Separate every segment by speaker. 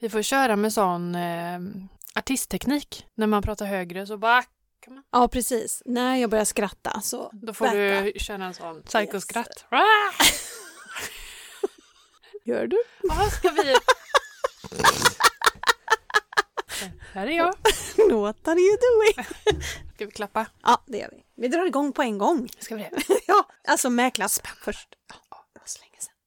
Speaker 1: Vi får köra med sån artistteknik. När man pratar högre så bara...
Speaker 2: Ja, precis. När jag börjar skratta så...
Speaker 1: Då får du köra en sån psykoskratt.
Speaker 2: Yes. Gör du?
Speaker 1: Vad ska vi... Här är jag.
Speaker 2: What are you doing?
Speaker 1: Ska vi klappa?
Speaker 2: Ja, det gör vi. Vi drar igång på en gång.
Speaker 1: Ska vi det?
Speaker 2: Ja, alltså med klapp först. Ja, det var så länge sedan.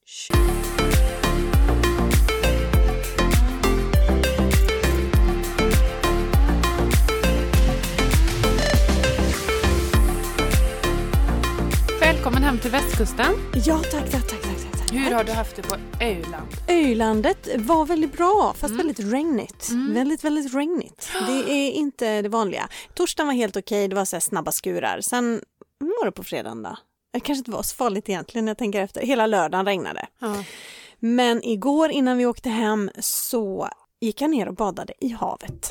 Speaker 1: Välkommen hem till västkusten.
Speaker 2: Ja, tack.
Speaker 1: Hur har du haft det på Öland?
Speaker 2: Ölandet var väldigt bra, fast väldigt regnigt. Väldigt, väldigt regnigt. Det är inte det vanliga. Torsdagen var helt okej, det var så här snabba skurar. Sen var det på fredagen då. Det kanske inte var så farligt egentligen när jag tänker efter. Hela lördagen regnade.
Speaker 1: Ja.
Speaker 2: Men igår innan vi åkte hem så gick jag ner och badade i havet.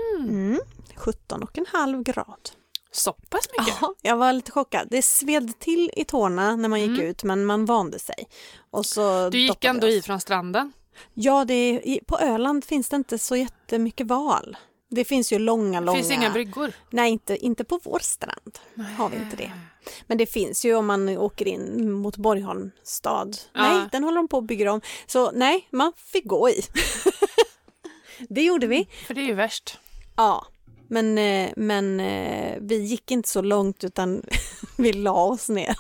Speaker 2: 17,5 grad.
Speaker 1: Så pass mycket?
Speaker 2: Ja, jag var lite chockad. Det sved till i tårna när man gick ut, men man vande sig. Och så
Speaker 1: du gick ändå i från stranden?
Speaker 2: Ja, på Öland finns det inte så jättemycket val. Det finns ju långa...
Speaker 1: Finns inga bryggor?
Speaker 2: Nej, inte på vår strand. Har vi inte det. Men det finns ju om man åker in mot Borgholm stad. Ja. Nej, den håller de på att bygga om. Så nej, man fick gå i. Det gjorde vi.
Speaker 1: För det är ju värst.
Speaker 2: Ja. Men vi gick inte så långt utan vi la oss ner.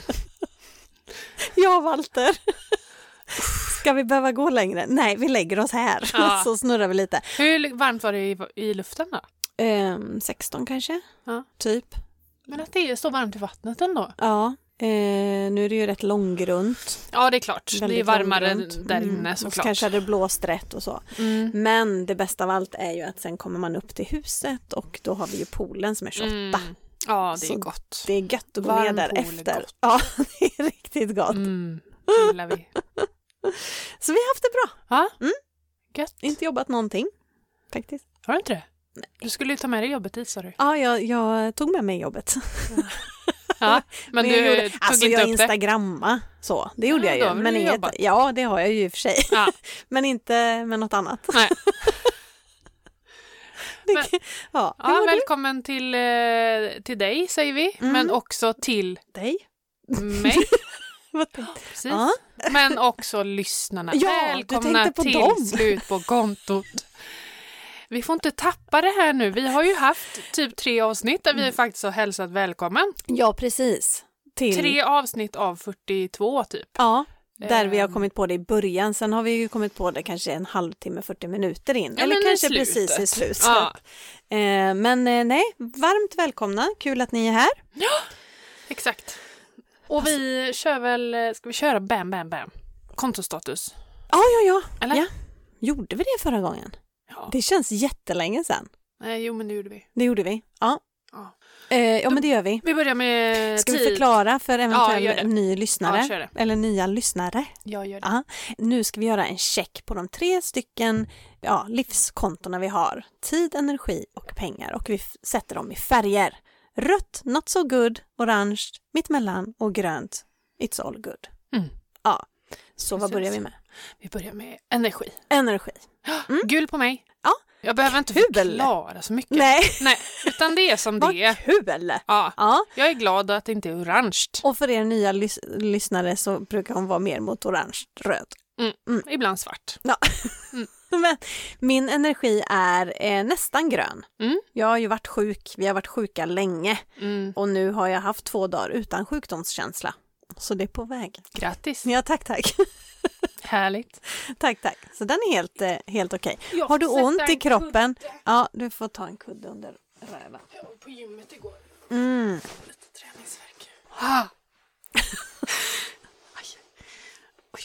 Speaker 2: Ja, Walter. Ska vi behöva gå längre? Nej, vi lägger oss här. Ja. Så snurrar vi lite.
Speaker 1: Hur varmt var det i luften då?
Speaker 2: 16 kanske, typ.
Speaker 1: Men att det är så varmt i vattnet ändå?
Speaker 2: Ja, nu är det ju rätt långgrunt.
Speaker 1: Ja, det är klart. Väldigt det är varmare där inne såklart.
Speaker 2: Och kanske hade det blåst rätt och så. Men det bästa av allt är ju att sen kommer man upp till huset och då har vi ju poolen som är 28.
Speaker 1: Ja, det är
Speaker 2: så
Speaker 1: gott.
Speaker 2: Det är gött att gå ner där efter. Ja, det är riktigt gott.
Speaker 1: Det gillar vi.
Speaker 2: Så vi har haft det bra.
Speaker 1: Ja, gött.
Speaker 2: Inte jobbat någonting, faktiskt.
Speaker 1: Har du inte det?
Speaker 2: Nej.
Speaker 1: Du skulle ju ta med dig jobbet dit, sa du.
Speaker 2: Ja, jag tog med mig jobbet.
Speaker 1: Ja, men du tog inte
Speaker 2: jag
Speaker 1: upp
Speaker 2: instagramma så. Det gjorde jag ju. Men ja, det har jag ju i och för sig. Ja. Men inte med något annat.
Speaker 1: Nej. Välkommen till dig, säger vi. Men också till
Speaker 2: dig.
Speaker 1: Mig. Precis. Ja. Men också lyssnarna.
Speaker 2: Ja,
Speaker 1: välkomna till
Speaker 2: dem.
Speaker 1: Slut på kontot. Vi får inte tappa det här nu. Vi har ju haft typ 3 avsnitt där vi faktiskt har hälsat välkommen.
Speaker 2: Ja, precis.
Speaker 1: 3 avsnitt av 42 typ.
Speaker 2: Ja, där vi har kommit på det i början. Sen har vi ju kommit på det kanske en halvtimme, 40 minuter in. Ja, eller kanske precis i slutet. Ja. Men nej, varmt välkomna. Kul att ni är här.
Speaker 1: Ja, exakt. Och vi kör väl, ska vi köra bam? Kontostatus.
Speaker 2: Ja.
Speaker 1: Eller?
Speaker 2: Ja. Gjorde vi det förra gången?
Speaker 1: Ja.
Speaker 2: Det känns jättelänge sedan.
Speaker 1: Nej, jo men det gjorde vi.
Speaker 2: Det gjorde vi, ja. Men det gör vi.
Speaker 1: Vi börjar med
Speaker 2: Ska vi förklara för eventuell ny lyssnare?
Speaker 1: Ja,
Speaker 2: eller nya lyssnare?
Speaker 1: Ja, gör det.
Speaker 2: Ja. Nu ska vi göra en check på de 3 stycken livskontona vi har. Tid, energi och pengar. Och vi sätter dem i färger. Rött, not so good. Orange, mittemellan. Och grönt, it's all good. Ja. Så vad börjar vi med?
Speaker 1: Vi börjar med energi. Gul på mig.
Speaker 2: Ja.
Speaker 1: Jag behöver inte förklara så mycket.
Speaker 2: Nej.
Speaker 1: Utan det är som det är.
Speaker 2: Kul!
Speaker 1: Ja. Jag är glad att det inte är orange.
Speaker 2: Och för er nya lyssnare så brukar hon vara mer mot orange, röd.
Speaker 1: Ibland svart.
Speaker 2: Ja. Men min energi är nästan grön. Jag har ju varit sjuk. Vi har varit sjuka länge. Och nu har jag haft 2 dagar utan sjukdomskänsla. Så det är på väg.
Speaker 1: Grattis.
Speaker 2: Ja, tack.
Speaker 1: Härligt.
Speaker 2: Tack. Så den är helt okej. Har du ont i kroppen? Kudde. Ja, du får ta en kudde under röven.
Speaker 1: Jag var på gymmet igår. Lite träningsvärk. Oj.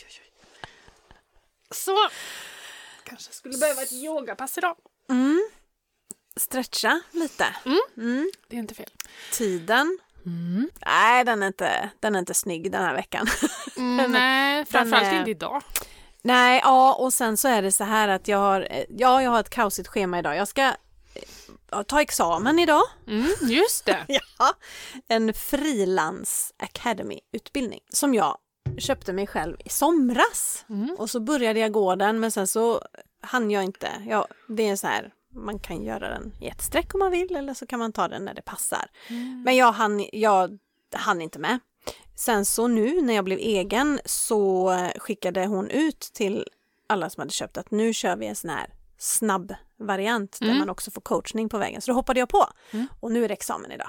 Speaker 1: Så. Kanske skulle behöva ett yogapass idag.
Speaker 2: Stretcha lite.
Speaker 1: Det är inte fel.
Speaker 2: Tiden. Nej, den är inte snygg den här veckan.
Speaker 1: Nej, framförallt inte idag.
Speaker 2: Nej, och sen så är det så här att jag har ett kaosigt schema idag. Jag ska ta examen idag.
Speaker 1: Just det.
Speaker 2: Ja, en frilans academy-utbildning som jag köpte mig själv i somras. Och så började jag gå den, men sen så hann jag inte. Ja, det är så här, man kan göra den i ett streck om man vill, eller så kan man ta den när det passar. Men jag hann inte med. Sen så nu när jag blev egen så skickade hon ut till alla som hade köpt att nu kör vi en sån här snabb variant där man också får coachning på vägen. Så då hoppade jag på. Och nu är det examen idag.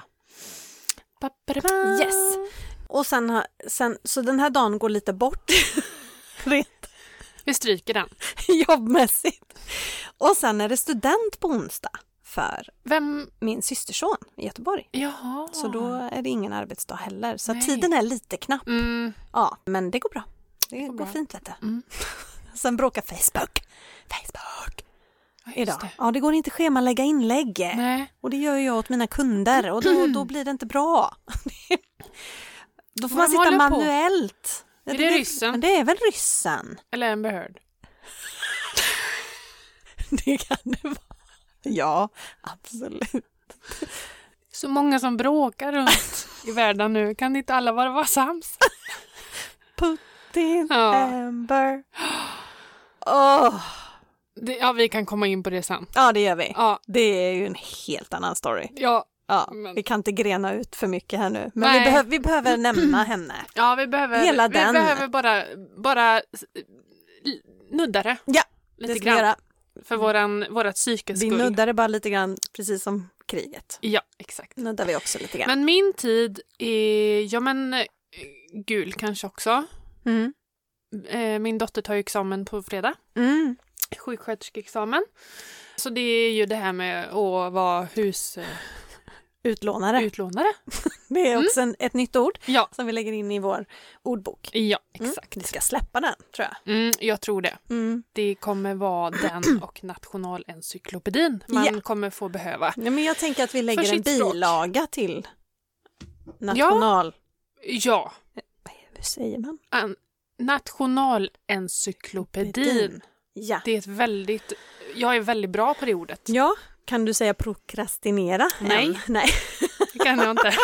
Speaker 2: Yes. Och sen så den här dagen går lite bort.
Speaker 1: Vi stryker den.
Speaker 2: Jobbmässigt. Och sen är det student på onsdag för
Speaker 1: Vem?
Speaker 2: min systerson i Göteborg.
Speaker 1: Jaha.
Speaker 2: Så då är det ingen arbetsdag heller. Så tiden är lite knapp. Ja, men det går bra. Det går fint, vet du. Sen bråkar Facebook. Idag. Ja, det går inte schemalägga inlägg.
Speaker 1: Nej.
Speaker 2: Och det gör jag åt mina kunder. Och då blir det inte bra. Då får man sitta manuellt.
Speaker 1: Är det ryssen?
Speaker 2: Det är väl ryssen.
Speaker 1: Eller Amber Heard?
Speaker 2: Det kan det vara. Ja, absolut.
Speaker 1: Så många som bråkar runt i världen nu. Kan inte alla vara sams?
Speaker 2: Putin,
Speaker 1: Ja.
Speaker 2: Amber.
Speaker 1: Ja, vi kan komma in på det sen.
Speaker 2: Ja, det gör vi.
Speaker 1: Ja.
Speaker 2: Det är ju en helt annan story.
Speaker 1: Ja.
Speaker 2: Ja,
Speaker 1: Men-
Speaker 2: vi kan inte grena ut för mycket här nu. Men
Speaker 1: Nej.
Speaker 2: vi behöver nämna henne.
Speaker 1: Ja, vi behöver,
Speaker 2: Hela den.
Speaker 1: behöver bara nudda det.
Speaker 2: Ja,
Speaker 1: lite
Speaker 2: det ska
Speaker 1: grann.
Speaker 2: vi göra.
Speaker 1: För vårat psykes
Speaker 2: Vi
Speaker 1: skull.
Speaker 2: nuddar det bara lite grann, precis som kriget.
Speaker 1: Ja, exakt.
Speaker 2: Nuddar vi också lite grann.
Speaker 1: Men min tid är, gul kanske också.
Speaker 2: Mm.
Speaker 1: Min dotter tar ju examen på fredag.
Speaker 2: Mm.
Speaker 1: Sjuksköterskeexamen. Så det är ju det här med att vara
Speaker 2: Utlånare.
Speaker 1: utlånare.
Speaker 2: Det är också ett nytt ord
Speaker 1: Ja,
Speaker 2: som vi lägger in i vår ordbok.
Speaker 1: ja, exakt.
Speaker 2: Vi ska släppa den, tror jag.
Speaker 1: Jag tror det. Det kommer vara den och nationalencyklopedin man kommer få behöva.
Speaker 2: Ja, men jag tänker att vi lägger en
Speaker 1: sitt språk.
Speaker 2: bilaga till national...
Speaker 1: Ja,
Speaker 2: Hur säger man?
Speaker 1: nationalencyklopedin.
Speaker 2: Ja.
Speaker 1: Det är jag är väldigt bra på det ordet.
Speaker 2: Ja, kan du säga prokrastinera?
Speaker 1: Nej.
Speaker 2: Nej.
Speaker 1: Det kan jag inte.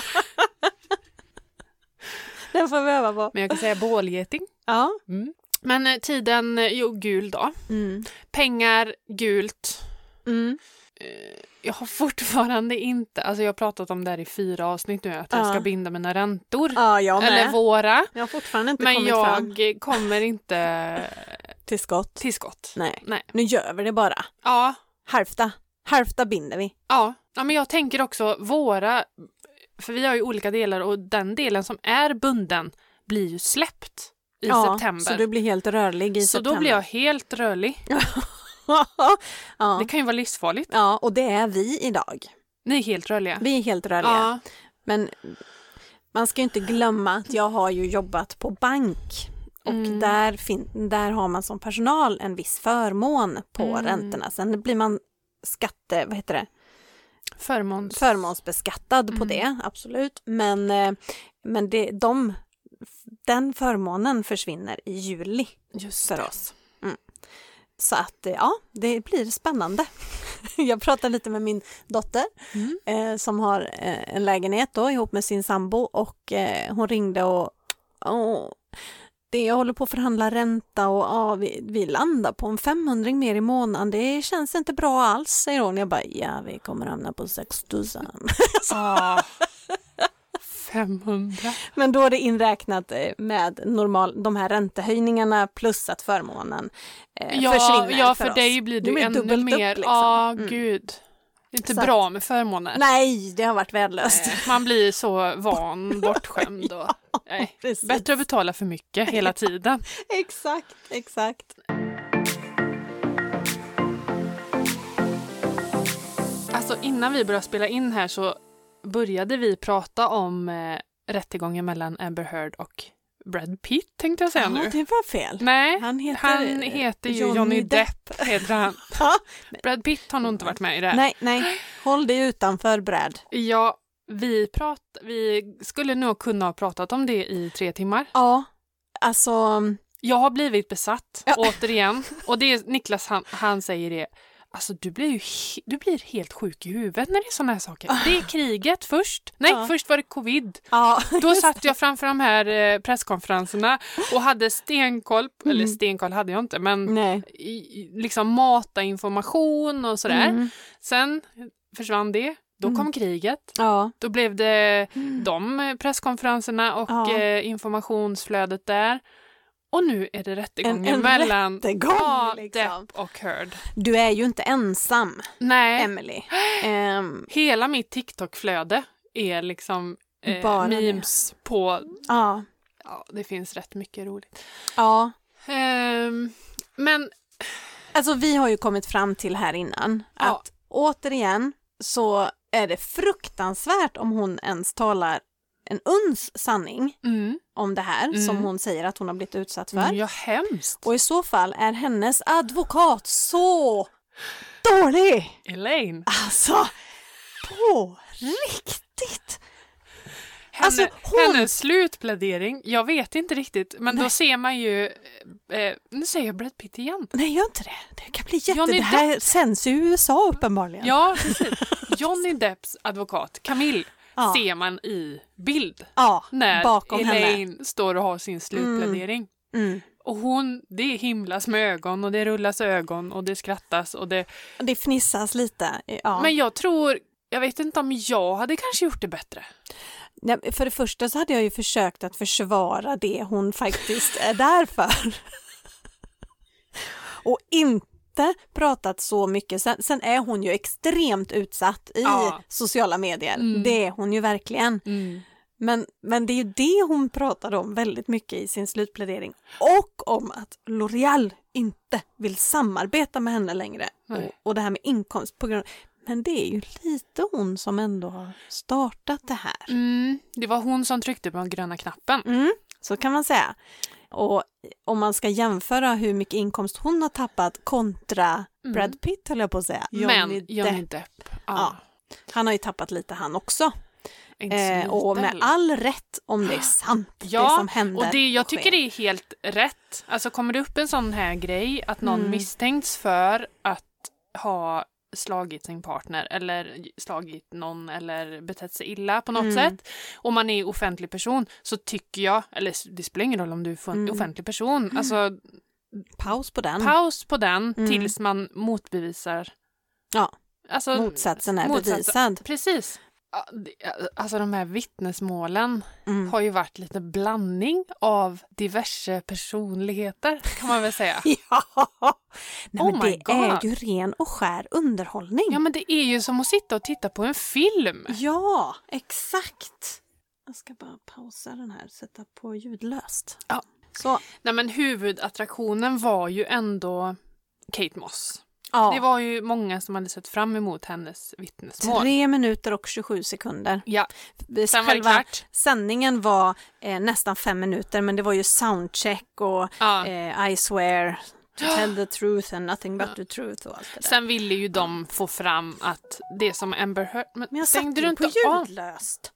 Speaker 2: Den får vi öva på.
Speaker 1: Men jag kan säga bålgeting.
Speaker 2: Ja.
Speaker 1: Men tiden, gul då. Pengar, gult. Jag har fortfarande inte, alltså jag har pratat om det här i 4 avsnitt nu, att jag ska binda mina räntor.
Speaker 2: Ja, jag med.
Speaker 1: Eller våra.
Speaker 2: Jag har fortfarande inte
Speaker 1: Men
Speaker 2: kommit fram
Speaker 1: jag kommer inte
Speaker 2: till skott.
Speaker 1: till skott.
Speaker 2: Nej. Nu gör vi det bara.
Speaker 1: Ja.
Speaker 2: Halvta binder vi.
Speaker 1: Ja, men jag tänker också våra, för vi har ju olika delar och den delen som är bunden blir ju släppt i september.
Speaker 2: Så du blir helt rörlig i september.
Speaker 1: Så då blir jag helt rörlig.
Speaker 2: Ja.
Speaker 1: Det kan ju vara livsfarligt.
Speaker 2: Ja, och det är vi idag.
Speaker 1: Ni är helt rörliga.
Speaker 2: Vi är helt rörliga.
Speaker 1: Ja.
Speaker 2: Men man ska ju inte glömma att jag har ju jobbat på bank. Och där har man som personal en viss förmån på räntorna. Sen blir man förmånsbeskattad på det, absolut. Men den förmånen försvinner i juli för oss. Så att det blir spännande. Jag pratade lite med min dotter som har en lägenhet då ihop med sin sambo, och hon ringde och jag håller på att förhandla ränta och vi landar på en 500 mer i månaden. Det känns inte bra alls, säger hon. Jag bara, vi kommer hamna på 6 000.
Speaker 1: 500.
Speaker 2: Men då är det inräknat med de här räntehöjningarna plus att förmånen försvinner
Speaker 1: Ja,
Speaker 2: för
Speaker 1: för
Speaker 2: oss.
Speaker 1: dig blir du ännu
Speaker 2: dubbelt
Speaker 1: mer.
Speaker 2: upp, liksom.
Speaker 1: Ja, gud. Det är inte
Speaker 2: Så
Speaker 1: bra med förmåner.
Speaker 2: Nej, det har varit värdelöst.
Speaker 1: Man blir så bortskämd. Bättre att betala för mycket hela tiden.
Speaker 2: Exakt.
Speaker 1: Alltså innan vi började spela in här så började vi prata om rättegången mellan Amber Heard och Brad Pitt, tänkte jag säga nu.
Speaker 2: Ja, det var fel.
Speaker 1: Nej,
Speaker 2: Han
Speaker 1: heter ju Johnny Depp. Heter han. Brad Pitt har nog inte varit med i det här.
Speaker 2: Nej. Håll dig utanför, Brad.
Speaker 1: Ja, vi skulle nog kunna ha pratat om det i 3 timmar.
Speaker 2: Ja, alltså...
Speaker 1: Jag har blivit besatt, återigen. Och det är Niklas, han säger det. alltså du blir helt sjuk i huvudet när det är såna här saker. Det är kriget först. Nej, först var det covid. Då satt jag framför de här presskonferenserna och hade stenkoll, eller stenkoll hade jag inte, men liksom mata information och sådär. Sen försvann det. Då kom kriget. Då blev det de presskonferenserna och informationsflödet där. Och nu är det rättegången mellan Depp och Heard.
Speaker 2: Du är ju inte ensam, Emily.
Speaker 1: Hela mitt TikTok-flöde är liksom memes på... Ja, det finns rätt mycket roligt.
Speaker 2: Ja.
Speaker 1: Men...
Speaker 2: Alltså vi har ju kommit fram till här innan att återigen så är det fruktansvärt om hon ens talar en uns sanning om det här som hon säger att hon har blivit utsatt för.
Speaker 1: Ja, hemskt.
Speaker 2: Och i så fall är hennes advokat så dålig.
Speaker 1: Elaine.
Speaker 2: Alltså, på riktigt.
Speaker 1: Hennes slutplädering, jag vet inte riktigt, men då ser man ju, nu säger jag Brad Pitt igen.
Speaker 2: Nej, gör inte det. Det kan bli det här sänds i USA uppenbarligen.
Speaker 1: Ja, precis. Johnny Depps advokat, Camille, ser man i bild när
Speaker 2: bakom
Speaker 1: Elaine
Speaker 2: henne
Speaker 1: står och har sin slutplädering. Och det himlas med ögon och det rullas ögon och det skrattas och det
Speaker 2: fnissas lite. Ja.
Speaker 1: Men jag vet inte om jag hade kanske gjort det bättre.
Speaker 2: Nej, för det första så hade jag ju försökt att försvara det hon faktiskt är där för. Och inte pratat så mycket. Sen är hon ju extremt utsatt i sociala medier. Det är hon ju verkligen. Men det är ju det hon pratade om väldigt mycket i sin slutplädering. Och om att L'Oreal inte vill samarbeta med henne längre. Och det här med inkomst på grund. Men det är ju lite hon som ändå har startat det här.
Speaker 1: Det var hon som tryckte på den gröna knappen.
Speaker 2: Så kan man säga. Och om man ska jämföra hur mycket inkomst hon har tappat kontra Brad Pitt, höll jag på att säga.
Speaker 1: Johnny Depp.
Speaker 2: Ja. Han har ju tappat lite han också. Och med all rätt om det är sant, det som händer.
Speaker 1: Och jag tycker det är helt rätt. Alltså kommer det upp en sån här grej att någon misstänks för att ha slagit sin partner eller slagit någon eller betett sig illa på något sätt och man är offentlig person, så tycker jag, eller det spelar ingen roll om du är en offentlig person, alltså
Speaker 2: paus på den
Speaker 1: tills man motbevisar. Alltså,
Speaker 2: motsatsen är bevisad.
Speaker 1: Precis. Alltså de här vittnesmålen har ju varit lite blandning av diverse personligheter, kan man väl säga.
Speaker 2: Nej, men det är ju ren och skär underhållning.
Speaker 1: Ja, men det är ju som att sitta och titta på en film.
Speaker 2: Ja, exakt. Jag ska bara pausa den här, sätta på ljudlöst.
Speaker 1: Ja.
Speaker 2: Så.
Speaker 1: Nej, men huvudattraktionen var ju ändå Kate Moss. Det var ju många som hade sett fram emot hennes vittnesmål.
Speaker 2: 3 minuter och 27 sekunder.
Speaker 1: Ja, sen var det klart.
Speaker 2: Sändningen var nästan 5 minuter, men det var ju soundcheck och I swear to tell the truth and nothing but the truth och allt det där.
Speaker 1: Sen ville ju de få fram att det som Amber Heard...
Speaker 2: Men jag satte det på ljudlöst.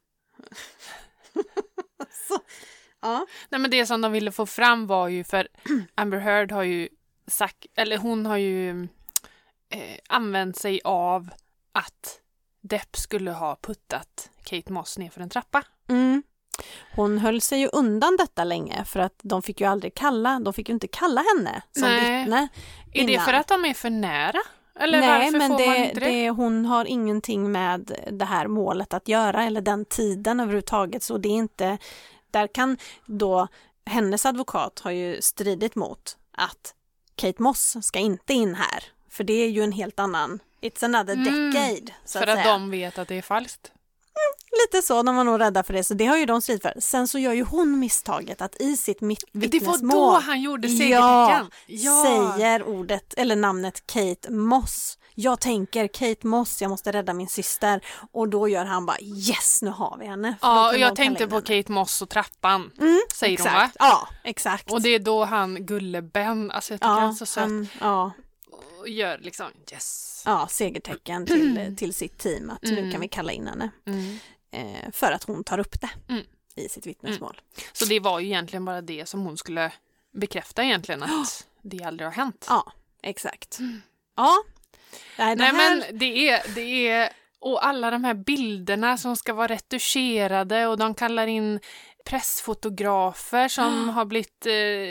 Speaker 2: Så,
Speaker 1: Nej, men det som de ville få fram var ju, för Amber Heard har ju sagt, eller hon har ju använt sig av att Depp skulle ha puttat Kate Moss ner för en trappa.
Speaker 2: Hon höll sig ju undan detta länge för att de fick ju inte kalla henne som vittne.
Speaker 1: Är det för att de är för nära? Eller
Speaker 2: nej,
Speaker 1: varför
Speaker 2: men
Speaker 1: får man inte det?
Speaker 2: Hon har ingenting med det här målet att göra eller den tiden överhuvudtaget, så det är inte, där kan då hennes advokat har ju stridit mot att Kate Moss ska inte in här. För det är ju en helt annan, it's another decade. Så
Speaker 1: för att de vet att det är falskt.
Speaker 2: Lite så, de var nog rädda för det. Så det har ju de stridit för. Sen så gör ju hon misstaget att i sitt vittnesmål.
Speaker 1: Det var då han gjorde segertecken.
Speaker 2: Säger ordet, eller namnet Kate Moss. Jag tänker Kate Moss, jag måste rädda min syster. Och då gör han bara, yes, nu har vi henne.
Speaker 1: Ja, och jag tänkte på Kate Moss och trappan, säger
Speaker 2: exakt.
Speaker 1: hon, va?
Speaker 2: Ja, exakt.
Speaker 1: Och det är då han Gulle-Ben, alltså jag tycker han är så söt. Och gör liksom, yes.
Speaker 2: Ja, segertecken till sitt team att nu kan vi kalla in henne. För att hon tar upp det i sitt vittnesmål.
Speaker 1: Så det var ju egentligen bara det som hon skulle bekräfta egentligen, att det aldrig har hänt.
Speaker 2: Ja, exakt. Ja, Nej,
Speaker 1: men det är och alla de här bilderna som ska vara retuscherade och de kallar in pressfotografer som har blivit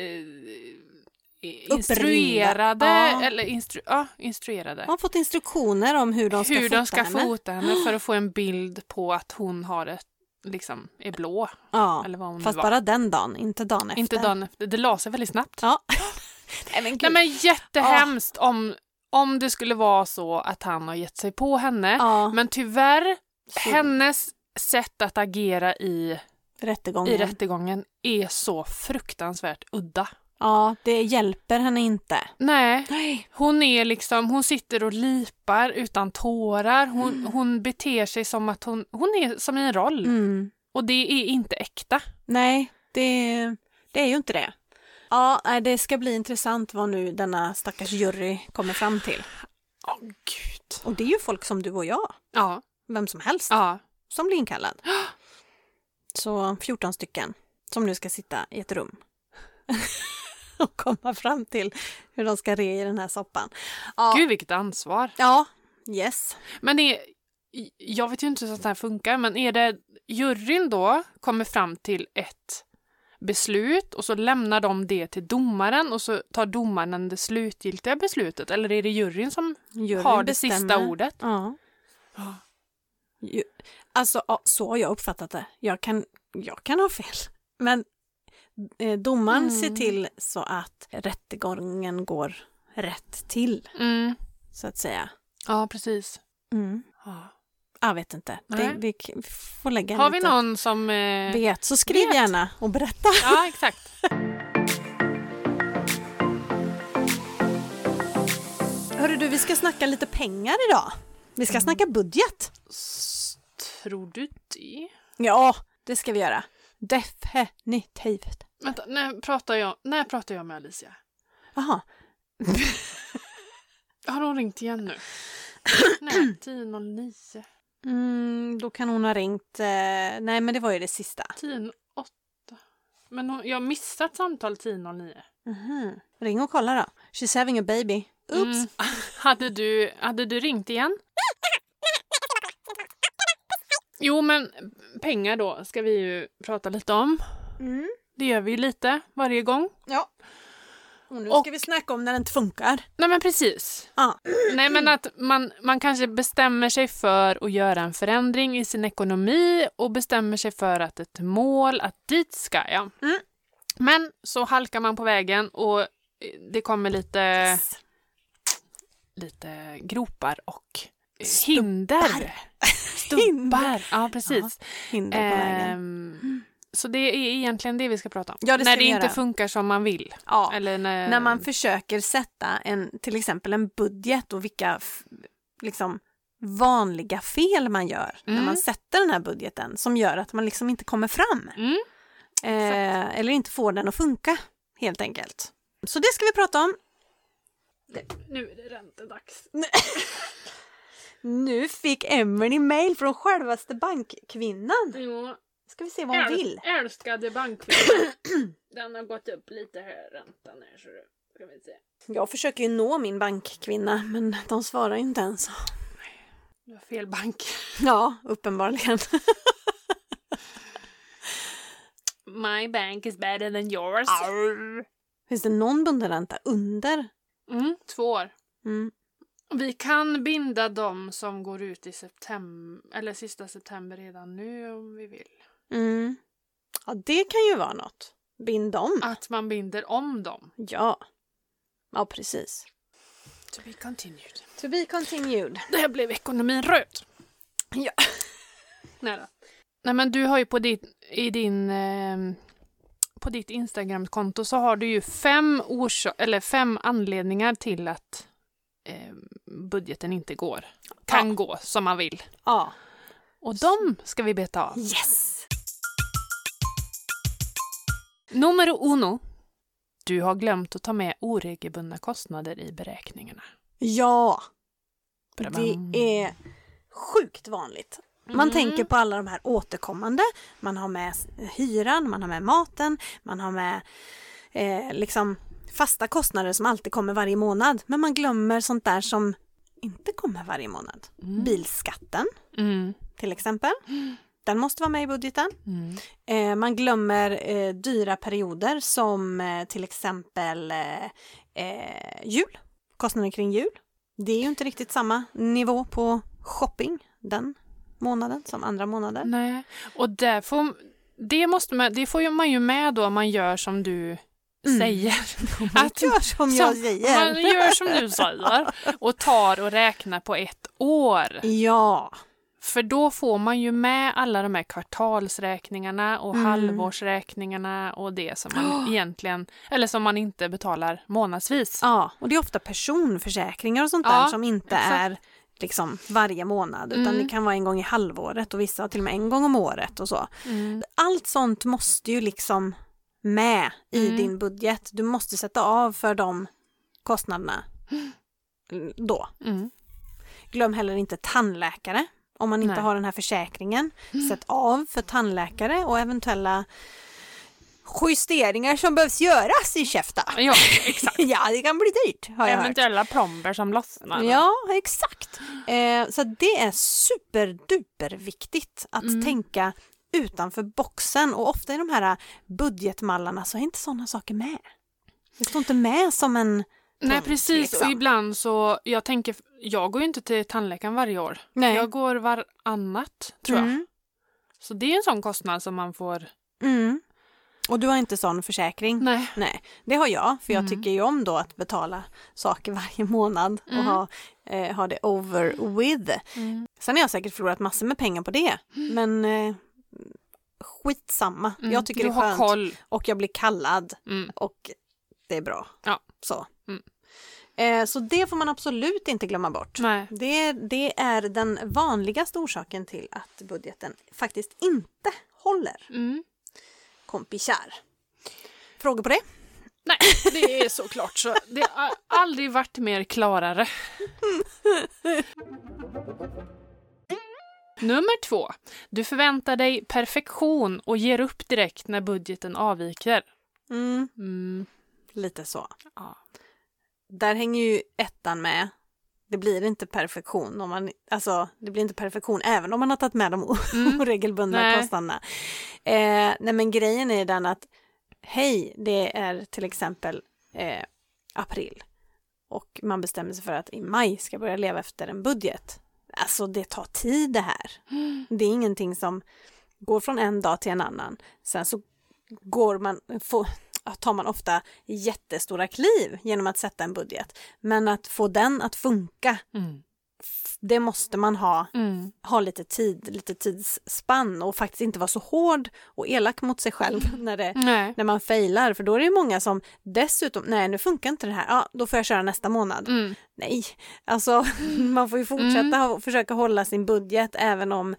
Speaker 1: instruerade. Instruerade.
Speaker 2: De har fått instruktioner om hur de ska
Speaker 1: fota henne för att få en bild på att hon har liksom är blå.
Speaker 2: Ja,
Speaker 1: eller vad hon
Speaker 2: fast
Speaker 1: var.
Speaker 2: Bara den dagen, inte dagen efter.
Speaker 1: Inte dagen efter. Det la sig väldigt snabbt.
Speaker 2: Ja.
Speaker 1: Nej, men jättehemskt om det skulle vara så att han har gett sig på henne.
Speaker 2: Ja.
Speaker 1: Men tyvärr, hennes sätt att agera i rättegången är så fruktansvärt udda.
Speaker 2: Ja, det hjälper henne inte.
Speaker 1: Nej. Hon sitter och lipar utan tårar. Hon beter sig som att hon är som i en roll.
Speaker 2: Mm.
Speaker 1: Och det är inte äkta.
Speaker 2: Nej, det är ju inte det. Ja, det ska bli intressant vad nu denna stackars jury kommer fram till.
Speaker 1: Gud.
Speaker 2: Och det är ju folk som du och jag.
Speaker 1: Ja.
Speaker 2: Vem som helst.
Speaker 1: Ja.
Speaker 2: Som blir inkallad. Så 14 stycken som nu ska sitta i ett rum. Och komma fram till hur de ska re i den här soppan. Ja.
Speaker 1: Gud, vilket ansvar.
Speaker 2: Ja, yes.
Speaker 1: Men jag vet ju inte hur det här funkar, men är det juryn då kommer fram till ett beslut och så lämnar de det till domaren och så tar domaren det slutgiltiga beslutet, eller är det juryn som har det sista ordet?
Speaker 2: Ja. Alltså, så har jag uppfattat det. Jag kan ha fel. Men domaren ser till så att rättegången går rätt till. Så att säga.
Speaker 1: Ja, precis.
Speaker 2: Jag vet inte. Vi får lägga
Speaker 1: har vi någon som
Speaker 2: vet, så skriv gärna och berätta.
Speaker 1: Ja, exakt.
Speaker 2: Hörru du, vi ska snacka lite pengar idag. Vi ska snacka budget.
Speaker 1: Tror du det?
Speaker 2: Ja, det ska vi göra. Definitivt.
Speaker 1: Vänta, när pratar jag med Alicia?
Speaker 2: Jaha.
Speaker 1: Har hon ringt igen nu? Nej, 10:09.
Speaker 2: Då kan hon ha ringt. Nej, men det var ju det sista.
Speaker 1: 10:08. Men jag har missat samtal 10:09.
Speaker 2: Ring och kolla då. She's having a baby. Oops.
Speaker 1: Hade du ringt igen? Jo, men pengar då ska vi ju prata lite om. Det gör vi lite varje gång.
Speaker 2: Ja. Och nu ska vi snacka om när det inte funkar.
Speaker 1: Nej, men precis. Nej, men att man kanske bestämmer sig för att göra en förändring i sin ekonomi och bestämmer sig för att ett mål, att dit ska jag. Men så halkar man på vägen och det kommer lite gropar och hinder. Stubbar. Ja, precis.
Speaker 2: Hinder på vägen.
Speaker 1: Så det är egentligen det vi ska prata om.
Speaker 2: Ja,
Speaker 1: när det inte funkar som man vill.
Speaker 2: Ja,
Speaker 1: eller
Speaker 2: när man försöker sätta till exempel en budget och vilka liksom vanliga fel man gör när man sätter den här budgeten som gör att man liksom inte kommer fram. Eller inte får den att funka, helt enkelt. Så det ska vi prata om.
Speaker 1: Nu är det räntedags.
Speaker 2: Nu fick Emelie mail från självaste bankkvinnan.
Speaker 1: Ja.
Speaker 2: Ska vi se vad hon vill.
Speaker 1: Älskade bankkvinnan. Den har gått upp lite här, räntan här, så ska vi se.
Speaker 2: Jag försöker ju nå min bankkvinna, men de svarar inte ens.
Speaker 1: Du har fel bank.
Speaker 2: Ja, uppenbarligen.
Speaker 1: My bank is better than yours.
Speaker 2: Finns det någon bunden ränta under?
Speaker 1: 2 år. Vi kan binda dem som går ut i september eller sista september redan nu om vi vill.
Speaker 2: Ja, det kan ju vara något. Bind dem.
Speaker 1: Att man binder om dem.
Speaker 2: Ja. Ja, precis.
Speaker 1: To be continued.
Speaker 2: To be continued.
Speaker 1: Det här blev ekonomin röd.
Speaker 2: Ja.
Speaker 1: Nej, men du har ju på ditt Instagramkonto så har du ju 5 anledningar till att budgeten inte kan gå som man vill.
Speaker 2: Ja.
Speaker 1: Och de ska vi beta av.
Speaker 2: Yes!
Speaker 1: Nummer 1. Du har glömt att ta med oregelbundna kostnader i beräkningarna.
Speaker 2: Ja! Det är sjukt vanligt. Man tänker på alla de här återkommande. Man har med hyran, man har med maten, man har med liksom fasta kostnader som alltid kommer varje månad. Men man glömmer sånt där som inte kommer varje månad. Bilskatten till exempel. Den måste vara med i budgeten. Man glömmer dyra perioder som till exempel jul. Kostnader kring jul. Det är ju inte riktigt samma nivå på shopping den månaden som andra månader.
Speaker 1: Nej, och det får man ju med då om man gör som du säger.
Speaker 2: Man gör som jag säger.
Speaker 1: Man gör som du säger och tar och räknar på ett år.
Speaker 2: Ja.
Speaker 1: För då får man ju med alla de här kvartalsräkningarna och halvårsräkningarna och det som man egentligen, eller som man inte betalar månadsvis.
Speaker 2: Ja, och det är ofta personförsäkringar och sånt där som inte är liksom varje månad, utan det kan vara en gång i halvåret och vissa till och med en gång om året och så. Allt sånt måste ju liksom med i din budget. Du måste sätta av för de kostnaderna då. Glöm heller inte tandläkare. Om man inte har den här försäkringen. Sätt av för tandläkare och eventuella justeringar som behövs göras i käften.
Speaker 1: Ja, exakt.
Speaker 2: Ja, det kan bli dyrt, har jag
Speaker 1: eventuella plomber som lossnar.
Speaker 2: Ja, exakt. Så det är superduper viktigt att tänka utanför boxen. Och ofta i de här budgetmallarna så är inte sådana saker med. Det står inte med som en...
Speaker 1: Nej, precis. Liksom. Och ibland så, jag går ju inte till tandläkaren varje år.
Speaker 2: Nej.
Speaker 1: Jag går varannat, tror jag. Så det är en sån kostnad som man får...
Speaker 2: Och du har inte sån försäkring? Nej, det har jag. För jag tycker ju om då att betala saker varje månad och ha det over with. Sen har jag säkert förlorat massor med pengar på det. Men skitsamma. Jag tycker det är skönt. Koll. Och jag blir kallad. Och det är bra.
Speaker 1: Ja.
Speaker 2: Så. Så det får man absolut inte glömma bort.
Speaker 1: Nej.
Speaker 2: Det är den vanligaste orsaken till att budgeten faktiskt inte håller. Kompisar. Frågor på det?
Speaker 1: Nej, det är såklart så. Det har aldrig varit mer klarare. Nummer 2. Du förväntar dig perfektion och ger upp direkt när budgeten avviker.
Speaker 2: Lite så.
Speaker 1: Ja.
Speaker 2: Där hänger ju ettan med. Det blir inte perfektion det blir inte perfektion även om man har tagit med de oregelbundna kostnaderna. Nej, men grejen är den att det är till exempel april och man bestämmer sig för att i maj ska börja leva efter en budget. Alltså det tar tid det här. Det är ingenting som går från en dag till en annan. Sen så tar man ofta jättestora kliv genom att sätta en budget. Men att få den att funka, det måste man ha lite tidsspann och faktiskt inte vara så hård och elak mot sig själv när man failar. För då är det många som dessutom, nu funkar inte det här, då får jag köra nästa månad. Nej, alltså man får ju fortsätta och försöka hålla sin budget även om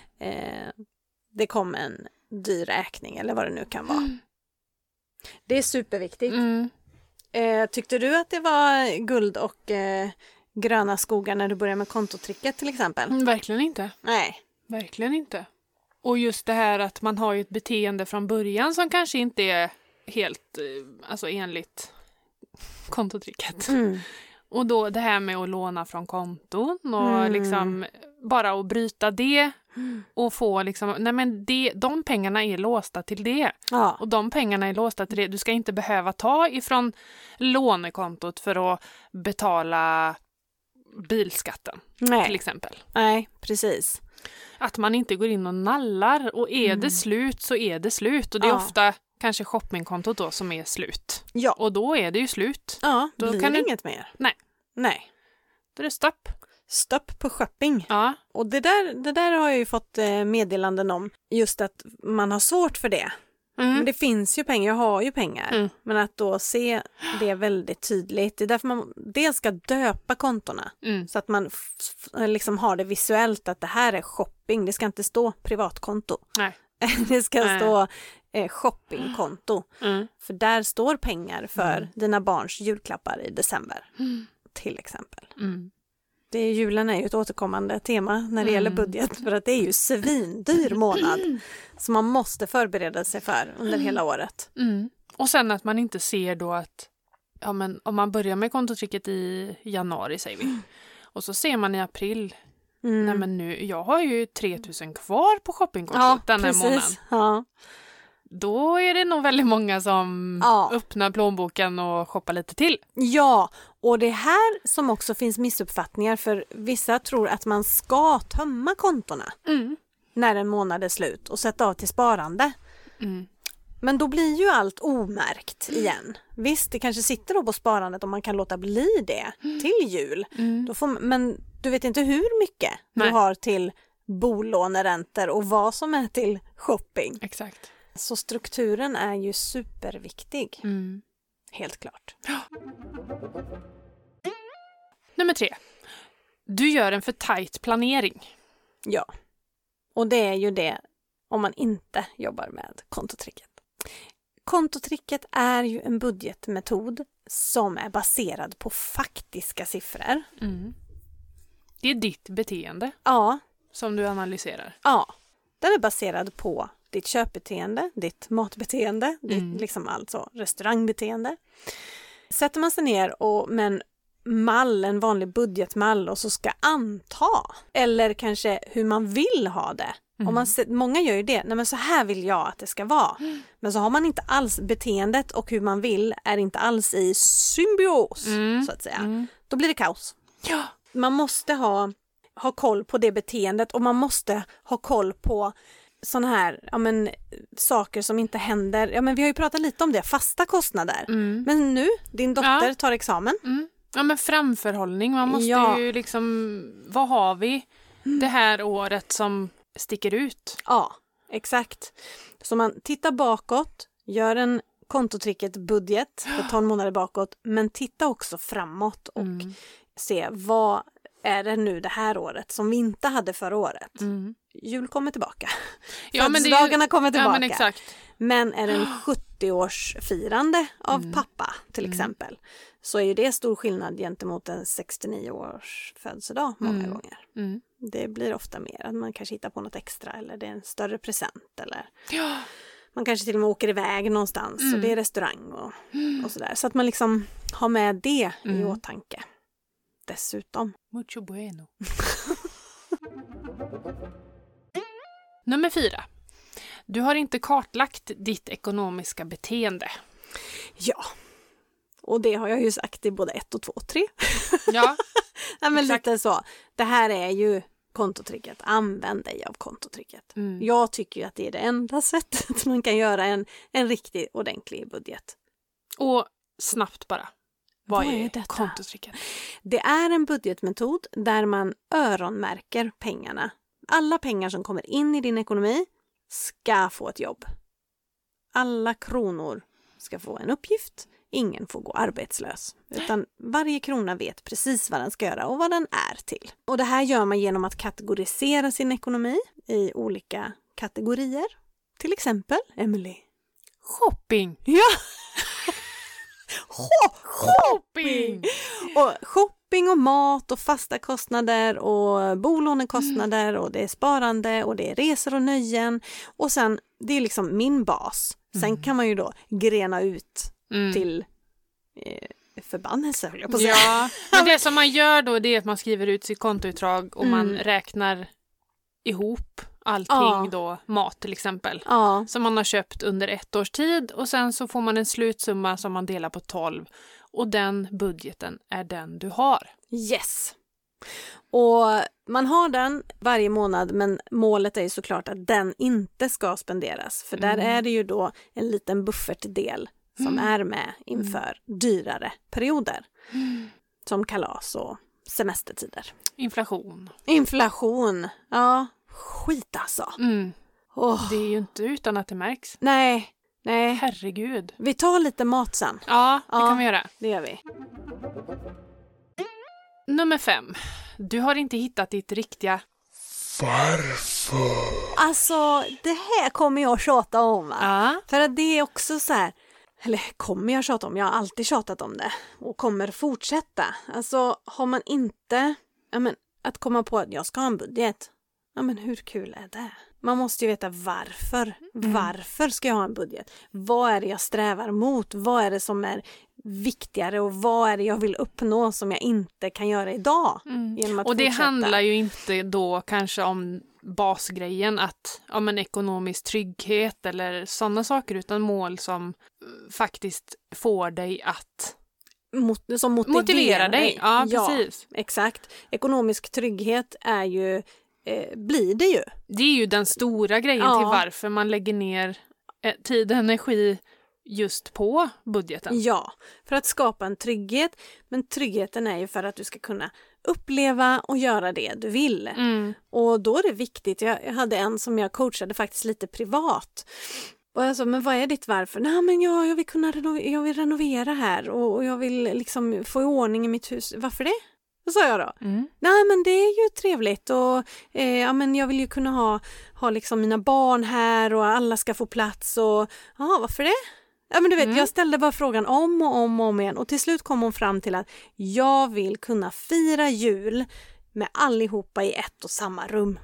Speaker 2: det kom en dyr räkning eller vad det nu kan vara. Det är superviktigt. Tyckte du att det var guld och gröna skogar när du började med kontotricket till exempel?
Speaker 1: Verkligen inte.
Speaker 2: Nej.
Speaker 1: Verkligen inte. Och just det här att man har ju ett beteende från början som kanske inte är helt enligt kontotricket. Och då det här med att låna från konton och liksom bara att bryta det och få liksom, de pengarna är låsta till det. Ja. Och de pengarna är låsta till det. Du ska inte behöva ta ifrån lånekontot för att betala bilskatten.
Speaker 2: Nej.
Speaker 1: Till exempel.
Speaker 2: Nej, precis.
Speaker 1: Att man inte går in och nallar och är det slut så är det slut. Och det är ofta kanske shoppingkontot då som är slut.
Speaker 2: Ja.
Speaker 1: Och då är det ju slut.
Speaker 2: Ja,
Speaker 1: då
Speaker 2: blir
Speaker 1: kan
Speaker 2: det inget mer. Nej.
Speaker 1: Då är det stopp.
Speaker 2: Stopp på shopping.
Speaker 1: Ja.
Speaker 2: Och det där har jag ju fått meddelanden om. Just att man har svårt för det. Men det finns ju pengar, jag har ju pengar. Men att då se det väldigt tydligt. Det är därför man dels ska döpa kontona. Så att man liksom har det visuellt att det här är shopping. Det ska inte stå privatkonto.
Speaker 1: Nej.
Speaker 2: Det ska stå shoppingkonto. För där står pengar för dina barns julklappar i december. Till exempel. Julen är ju ett återkommande tema när det gäller budget. För att det är ju svindyr månad. Som man måste förbereda sig för under hela året.
Speaker 1: Och sen att man inte ser då att om man börjar med kontotricket i januari säger vi. Och så ser man i april, nej men nu, jag har ju 3000 kvar på shoppingkontot den här månaden.
Speaker 2: Ja.
Speaker 1: Då är det nog väldigt många som öppnar plånboken och shoppar lite till.
Speaker 2: Ja, och det här som också finns missuppfattningar, för vissa tror att man ska tömma kontona när en månad är slut och sätta av till sparande. Men då blir ju allt omärkt igen. Visst, det kanske sitter då på sparandet om man kan låta bli det till jul. Men du vet inte hur mycket du har till bolåneräntor och vad som är till shopping.
Speaker 1: Exakt.
Speaker 2: Så strukturen är ju superviktig. Helt klart.
Speaker 1: Nummer 3. Du gör en för tajt planering.
Speaker 2: Ja. Och det är ju det om man inte jobbar med kontotricket. Kontotricket är ju en budgetmetod som är baserad på faktiska siffror.
Speaker 1: Det är ditt beteende som du analyserar.
Speaker 2: Ja, den är baserad på ditt köpbeteende, ditt matbeteende, ditt liksom alltså restaurangbeteende. Sätter man sig ner och med en mall, en vanlig budgetmall och så ska anta eller kanske hur man vill ha det. Och många gör ju det, nej men så här vill jag att det ska vara. Men så har man inte alls beteendet och hur man vill är inte alls i symbios så att säga. Då blir det kaos.
Speaker 1: Ja.
Speaker 2: Man måste ha koll på det beteendet och man måste ha koll på såna här saker som inte händer. Ja, men vi har ju pratat lite om det, fasta kostnader. Men nu, din dotter tar examen.
Speaker 1: Ja, men framförhållning. Man måste ju liksom, vad har vi det här året som sticker ut?
Speaker 2: Ja, exakt. Så man tittar bakåt, gör en kontotricket budget för 12 månader bakåt, men titta också framåt och se vad är det nu det här året som vi inte hade förra året. Jul kommer tillbaka. Födelsedagarna kommer tillbaka.
Speaker 1: Ja, men exakt.
Speaker 2: Men är det en 70-årsfirande av pappa till exempel så är ju det stor skillnad gentemot en 69-års födelsedag många gånger. Det blir ofta mer att man kanske hittar på något extra eller det är en större present eller man kanske till och med åker iväg någonstans och det är restaurang och sådär. Så att man liksom har med det i åtanke. Dessutom.
Speaker 1: Mucho bueno. Nummer 4. Du har inte kartlagt ditt ekonomiska beteende.
Speaker 2: Ja. Och det har jag ju sagt i både 1 och 2 och 3.
Speaker 1: Ja.
Speaker 2: Ja, men lite så. Det här är ju kontotricket. Använd dig av kontotricket. Jag tycker ju att det är det enda sättet man kan göra en riktig ordentlig budget.
Speaker 1: Och snabbt bara. Vad är
Speaker 2: detta?
Speaker 1: Kontotricket?
Speaker 2: Det är en budgetmetod där man öronmärker pengarna. Alla pengar som kommer in i din ekonomi ska få ett jobb. Alla kronor ska få en uppgift. Ingen får gå arbetslös. Utan varje krona vet precis vad den ska göra och vad den är till. Och det här gör man genom att kategorisera sin ekonomi i olika kategorier. Till exempel, Emily.
Speaker 1: Shopping!
Speaker 2: Ja!
Speaker 1: Shopping!
Speaker 2: Och shopping och mat och fasta kostnader och bolånekostnader och det är sparande och det är resor och nöjen. Och sen, det är liksom min bas. Sen kan man ju då grena ut till förbannelse, höll jag på att säga.
Speaker 1: Ja, men det som man gör då det är att man skriver ut sitt kontoutdrag och man räknar ihop allting då, mat till exempel, som man har köpt under 1 års tid och sen så får man en slutsumma som man delar på 12 och den budgeten är den du har.
Speaker 2: Yes. Och man har den varje månad men målet är ju såklart att den inte ska spenderas för där är det ju då en liten buffertdel som är med inför dyrare perioder som kalas och semestertider. Inflation, ja. Skit alltså.
Speaker 1: Det är ju inte utan att det märks.
Speaker 2: Nej.
Speaker 1: Herregud.
Speaker 2: Vi tar lite mat sen.
Speaker 1: Ja, det kan vi göra.
Speaker 2: Det gör vi.
Speaker 1: Nummer 5. Du har inte hittat ditt riktiga
Speaker 3: varför.
Speaker 2: Alltså, det här kommer jag tjata om. Va? För att det är också så här. Eller kommer jag tjata om? Jag har alltid tjatat om det. Och kommer fortsätta. Alltså, har man inte att komma på att jag ska ha en budget. Ja, men hur kul är det? Man måste ju veta varför. Varför ska jag ha en budget? Vad är det jag strävar mot? Vad är det som är viktigare och vad är det jag vill uppnå som jag inte kan göra idag. Genom att
Speaker 1: och det
Speaker 2: fortsätta.
Speaker 1: handlar ju inte då kanske om basgrejen att ekonomisk trygghet eller sådana saker, utan mål som faktiskt får dig att
Speaker 2: som motiverar dig.
Speaker 1: Ja, precis.
Speaker 2: Ja, exakt. Ekonomisk trygghet är ju blir det ju.
Speaker 1: Det är ju den stora grejen till varför man lägger ner tid och energi just på budgeten.
Speaker 2: Ja, för att skapa en trygghet. Men tryggheten är ju för att du ska kunna uppleva och göra det du vill. Och då är det viktigt. Jag hade en som jag coachade faktiskt lite privat. Och jag sa, men vad är ditt varför? Nej, men jag vill kunna jag vill renovera här och jag vill liksom få i ordning i mitt hus. Varför det? Vad sa jag då? Nej, men det är ju trevligt och men jag vill ju kunna ha liksom mina barn här och alla ska få plats och varför det? Ja, men du vet, jag ställde bara frågan om och om igen och till slut kom hon fram till att jag vill kunna fira jul med allihopa i ett och samma rum.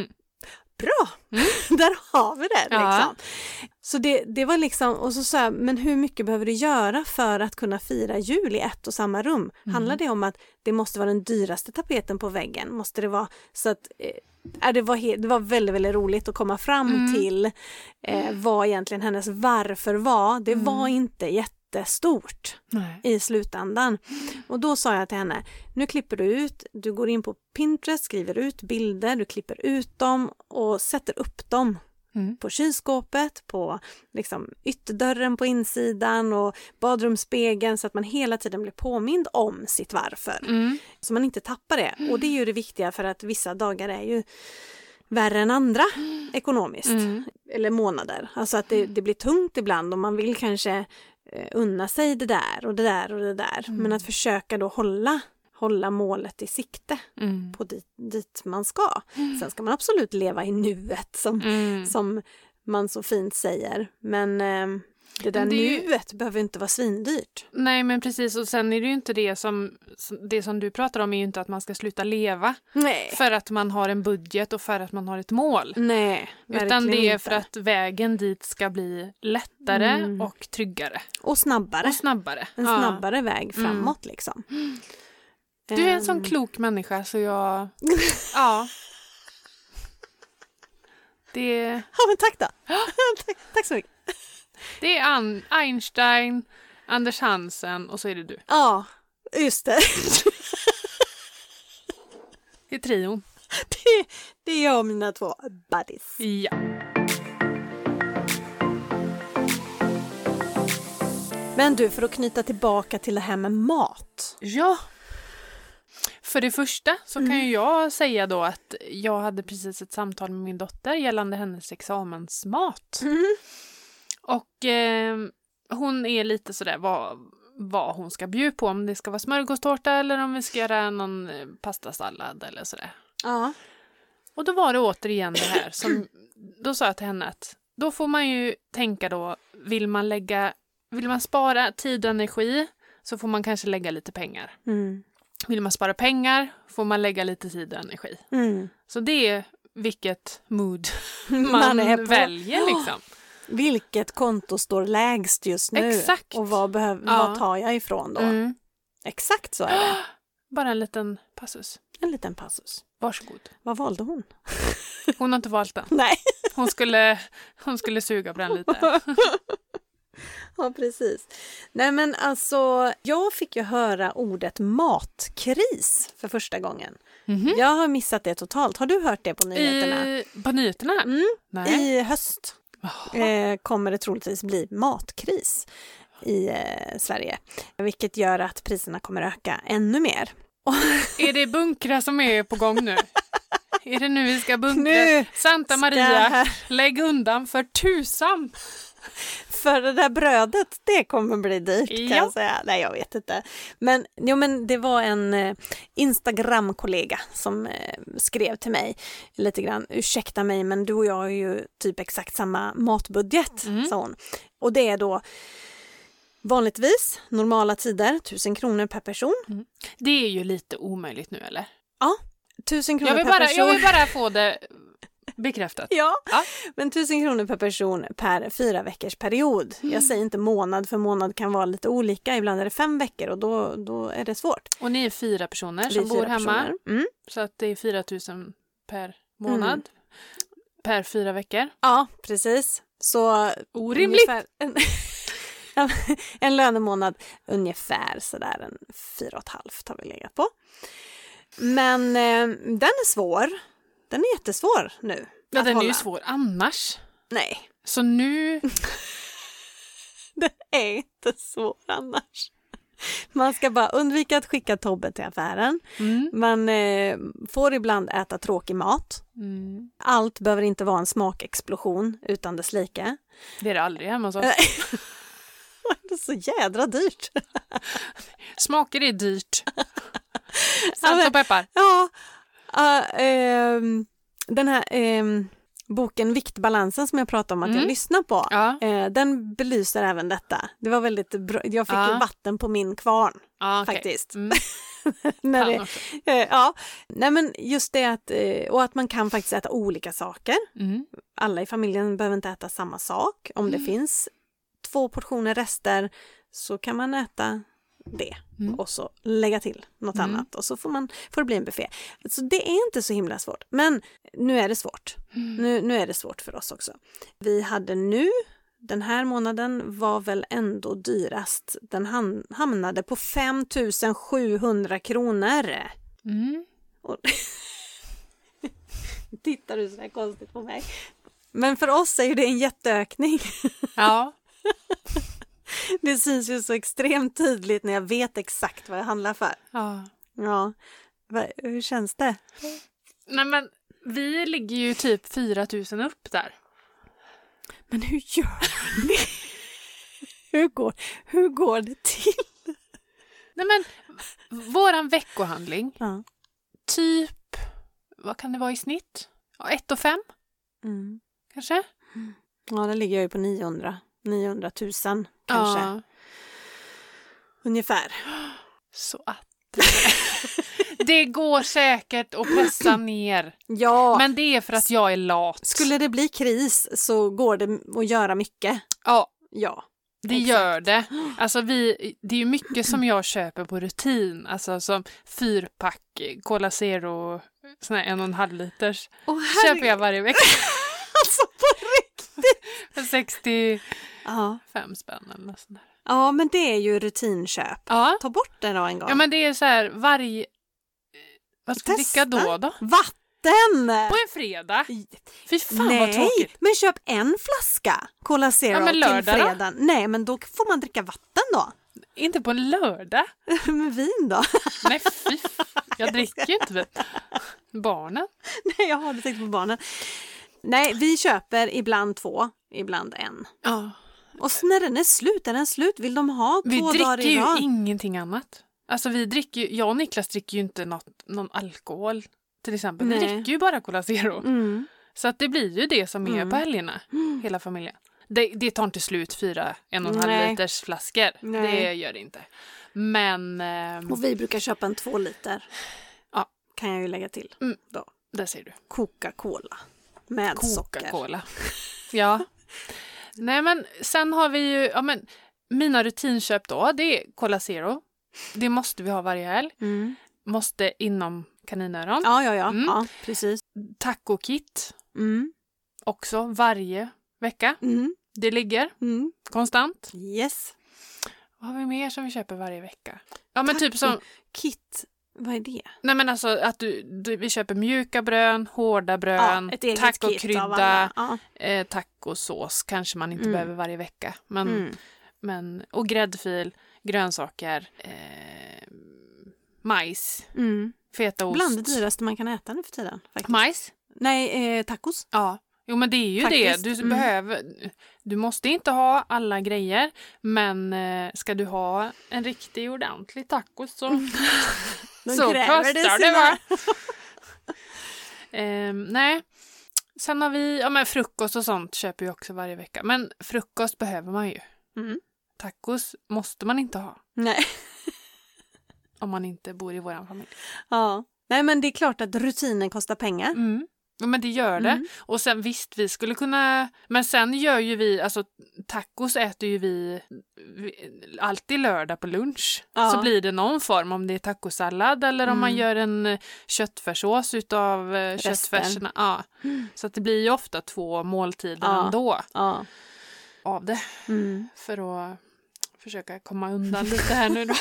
Speaker 2: Bra, där har vi det liksom. Ja. Så det var liksom, och så sa jag, men hur mycket behöver du göra för att kunna fira jul i ett och samma rum? Handlar det om att det måste vara den dyraste tapeten på väggen? Måste det vara så att det var väldigt, väldigt roligt att komma fram till vad egentligen hennes varför var. Det var inte jättestort i slutändan. Och då sa jag till henne, nu klipper du ut, du går in på Pinterest, skriver ut bilder, du klipper ut dem och sätter upp dem på kylskåpet, på liksom ytterdörren på insidan och badrumsspegeln så att man hela tiden blir påmind om sitt varför. Så man inte tappar det. Och det är ju det viktiga för att vissa dagar är ju värre än andra ekonomiskt. Eller månader. Alltså att det blir tungt ibland och man vill kanske unna sig det där och det där och det där. Men att försöka då hålla målet i sikte på dit man ska. Sen ska man absolut leva i nuet som man så fint säger. Men det där nuet behöver inte vara svindyrt.
Speaker 1: Nej, men precis. Och sen är det ju inte det som du pratar om är ju inte att man ska sluta leva.
Speaker 2: Nej.
Speaker 1: För att man har en budget och för att man har ett mål.
Speaker 2: Nej,
Speaker 1: utan det är för att vägen dit ska bli lättare och tryggare.
Speaker 2: Och snabbare. En snabbare väg framåt liksom.
Speaker 1: Du är en sån klok människa så jag... ja.
Speaker 2: Ja, men tack då. tack så mycket.
Speaker 1: Det är Einstein, Anders Hansen och så är det du.
Speaker 2: Ja, just det.
Speaker 1: Det är trion.
Speaker 2: Det är jag och mina 2 buddies.
Speaker 1: Ja.
Speaker 2: Men du, för att knyta tillbaka till det här med mat.
Speaker 1: Ja. För det första så kan ju jag säga då att jag hade precis ett samtal med min dotter gällande hennes examensmat. Och hon är lite sådär vad hon ska bjuda på, om det ska vara smörgåstårta eller om vi ska göra någon pastasallad eller sådär.
Speaker 2: Ja.
Speaker 1: Och då var det återigen det här som, då sa jag till henne att då får man ju tänka då, vill man spara tid och energi så får man kanske lägga lite pengar. Vill man spara pengar får man lägga lite tid och energi. Så det är vilket mood man väljer liksom.
Speaker 2: Vilket konto står lägst just nu?
Speaker 1: Exakt.
Speaker 2: Och vad tar jag ifrån då? Exakt så är det.
Speaker 1: Bara en liten passus.
Speaker 2: En liten passus.
Speaker 1: Varsågod.
Speaker 2: Vad valde hon?
Speaker 1: Hon har inte valt den.
Speaker 2: Nej.
Speaker 1: Hon skulle suga på den lite.
Speaker 2: Ja, precis. Nej, men alltså, jag fick ju höra ordet matkris för första gången. Jag har missat det totalt. Har du hört det på nyheterna?
Speaker 1: På nyheterna? Nej.
Speaker 2: I höst kommer det troligtvis bli matkris i Sverige. Vilket gör att priserna kommer öka ännu mer.
Speaker 1: Är det bunkra som är på gång nu? Är det nu vi ska bunkra? Santa Maria, lägg undan för tusan!
Speaker 2: För det där brödet, det kommer bli dyrt kan jag säga. Nej, jag vet inte. Men det var en Instagram-kollega som skrev till mig lite grann. Ursäkta mig, men du och jag har ju typ exakt samma matbudget, sa hon. Och det är då vanligtvis normala tider, 1000 kronor per person.
Speaker 1: Det är ju lite omöjligt nu, eller?
Speaker 2: Ja, 1000 kronor per person.
Speaker 1: Jag vill bara få det Bekräftat.
Speaker 2: Ja, men 1000 kronor per person per 4 veckors period. Jag säger inte månad, för månad kan vara lite olika. Ibland är det 5 veckor och då är det svårt.
Speaker 1: Och ni är 4 personer som bor hemma. Så att det är 4 000 per månad. Per 4 veckor.
Speaker 2: Ja, precis. Så
Speaker 1: orimligt!
Speaker 2: En lönemånad ungefär sådär en 4,5 har vi legat på. Men den är svår. Den är jättesvår nu.
Speaker 1: Ja, den är ju svår annars.
Speaker 2: Nej.
Speaker 1: Så nu...
Speaker 2: Den är inte svår annars. Man ska bara undvika att skicka Tobbe till affären. Man får ibland äta tråkig mat. Allt behöver inte vara en smakexplosion utan dess like.
Speaker 1: Det är det aldrig hemma hos oss.
Speaker 2: Det är så jädra dyrt.
Speaker 1: Smaker är dyrt. Salt och peppar.
Speaker 2: Ja. Den här boken Viktbalansen som jag pratade om att jag lyssnar på. Den belyser även detta. Det var väldigt bra. Jag fick ju vatten på min kvarn faktiskt. Nej, men just det att man kan faktiskt äta olika saker. Alla i familjen behöver inte äta samma sak. Om det finns 2 portioner rester så kan man äta det och så lägga till något annat och så får det bli en buffé. Så det är inte så himla svårt. Men nu är det svårt. Nu är det svårt för oss också. Vi hade den här månaden var väl ändå dyrast. Den hamnade på 5 700 kronor. Och tittar du så här konstigt på mig. Men för oss är ju det en jätteökning. Ja. Det syns ju så extremt tydligt när jag vet exakt vad jag handlar för. Ja. Hur känns det?
Speaker 1: Nej, men vi ligger ju typ 4 000 upp där.
Speaker 2: Men hur gör ni? hur går det till?
Speaker 1: Nej, men våran veckohandling typ, vad kan det vara i snitt? 1 500 kanske?
Speaker 2: Ja, där ligger jag ju på 900 000 kanske. Ungefär.
Speaker 1: Så att det går säkert att pressa ner.
Speaker 2: Ja.
Speaker 1: Men det är för att jag är lat.
Speaker 2: Skulle det bli kris så går det att göra mycket. Ja.
Speaker 1: Det gör det. Alltså det är ju mycket som jag köper på rutin. Alltså som 4-pack Cola Zero, sån här 1,5 liters. Köper jag varje vecka.
Speaker 2: Alltså på riktigt.
Speaker 1: För 65 spänn eller något sånt där.
Speaker 2: Ja, men det är ju rutinköp. Ta bort det då en gång.
Speaker 1: Ja, men det är så här vad ska du dricka då?
Speaker 2: Vatten!
Speaker 1: På en fredag? Fy fan vad tråkigt.
Speaker 2: Men köp en flaska Cola Zero till fredagen. Nej, men då får man dricka vatten då.
Speaker 1: Inte på en lördag.
Speaker 2: Med vin då?
Speaker 1: Nej, fy. Jag dricker ju inte vin. Barnen.
Speaker 2: Nej, jag har tänkt på barnen. Nej, vi köper ibland 2, ibland 1.
Speaker 1: Ja.
Speaker 2: Och när den är slut, vill de ha 2 dagar i rad?
Speaker 1: Vi dricker ju ingenting annat. Alltså jag och Niklas dricker ju inte någon alkohol till exempel. Vi dricker ju bara Cola Zero. Så att det blir ju det som är på helgerna, hela familjen. Det tar inte slut 4 1,5 liters flaskor. Det gör det inte. Men...
Speaker 2: Och vi brukar köpa en 2 liter. Ja, kan jag ju lägga till. Då.
Speaker 1: Där ser du.
Speaker 2: Coca-Cola. Med socker.
Speaker 1: Coca-Cola. Ja. Nej, men sen har vi ju... Ja, men mina rutinköp då, det är Cola Zero. Det måste vi ha varje helg. Måste inom kaninöron.
Speaker 2: Ja, precis.
Speaker 1: Taco-kit. Också varje vecka. Det ligger konstant.
Speaker 2: Yes.
Speaker 1: Vad har vi mer som vi köper varje vecka? Ja, men typ som...
Speaker 2: Kit, vad är det?
Speaker 1: Nej, men alltså att vi köper mjuka brön, hårda brön, tacokrydda, tacosås kanske man inte behöver varje vecka. Men, och gräddfil, grönsaker, majs, fetaost.
Speaker 2: Bland det dyraste man kan äta nu för tiden. Faktiskt.
Speaker 1: Majs?
Speaker 2: Nej, tacos.
Speaker 1: Ja. Jo, men det är ju faktiskt det. Du måste inte ha alla grejer, men ska du ha en riktig ordentlig tacos så kostar det, va? Nej. Sen har vi frukost och sånt köper vi också varje vecka. Men frukost behöver man ju. Tacos måste man inte ha.
Speaker 2: Nej.
Speaker 1: Om man inte bor i våran familj.
Speaker 2: Ja. Nej, men det är klart att rutinen kostar pengar.
Speaker 1: Ja, men det gör det. Och sen visst, vi skulle kunna... Men sen gör ju vi... Alltså tacos äter ju vi alltid lördag på lunch.
Speaker 2: Ja.
Speaker 1: Så blir det någon form, om det är tacosallad eller om man gör en köttfärssås utav köttfärserna. Ja. Så att det blir ju ofta 2 måltider ändå av det. För att försöka komma undan lite här nu då.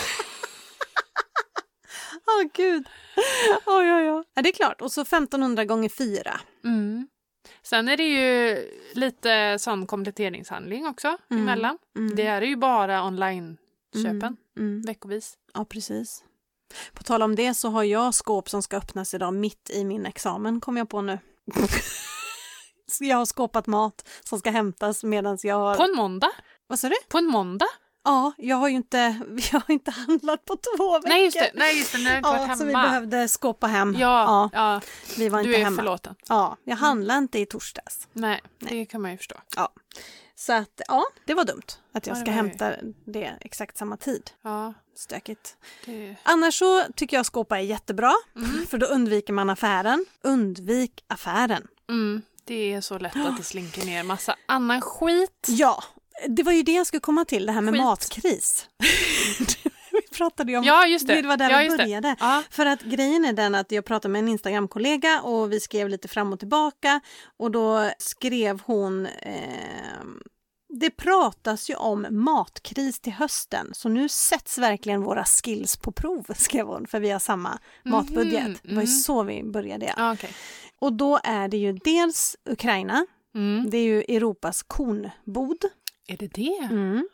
Speaker 2: Gud. Ja, det är klart. Och så 1500 gånger 4.
Speaker 1: Sen är det ju lite sån kompletteringshandling också emellan. Det här är ju bara online-köpen veckovis.
Speaker 2: Ja, precis. På tal om det så har jag skåp som ska öppnas idag mitt i min examen, kom jag på nu. Så jag har skåpat mat som ska hämtas medan jag har...
Speaker 1: På en måndag?
Speaker 2: Vad sa du?
Speaker 1: På en måndag?
Speaker 2: Ja, jag har inte handlat på 2 veckor.
Speaker 1: Nej just det, när jag varit hemma.
Speaker 2: Så vi behövde skåpa hem.
Speaker 1: Ja.
Speaker 2: Vi var inte
Speaker 1: du är
Speaker 2: hemma.
Speaker 1: Förlåten.
Speaker 2: Ja, jag handlade inte i torsdags.
Speaker 1: Nej, det kan man ju förstå.
Speaker 2: Ja. Så att, det var dumt att jag ska hämta det exakt samma tid.
Speaker 1: Ja.
Speaker 2: Stökigt. Annars så tycker jag skåpa är jättebra, för då undviker man affären. Undvik affären.
Speaker 1: Det är så lätt att det slinker ner massa annan skit.
Speaker 2: Ja, det var ju det jag skulle komma till, det här med matkris. Vi pratade ju om,
Speaker 1: just det.
Speaker 2: Det var där vi började.
Speaker 1: Det. Ja.
Speaker 2: För att grejen är den att jag pratade med en Instagram-kollega och vi skrev lite fram och tillbaka. Och då skrev hon, det pratas ju om matkris till hösten. Så nu sätts verkligen våra skills på prov, skrev hon. För vi har samma matbudget. Det var ju så vi började.
Speaker 1: Ja, okay.
Speaker 2: Och då är det ju dels Ukraina. Det är ju Europas kornbod.
Speaker 1: Är det det?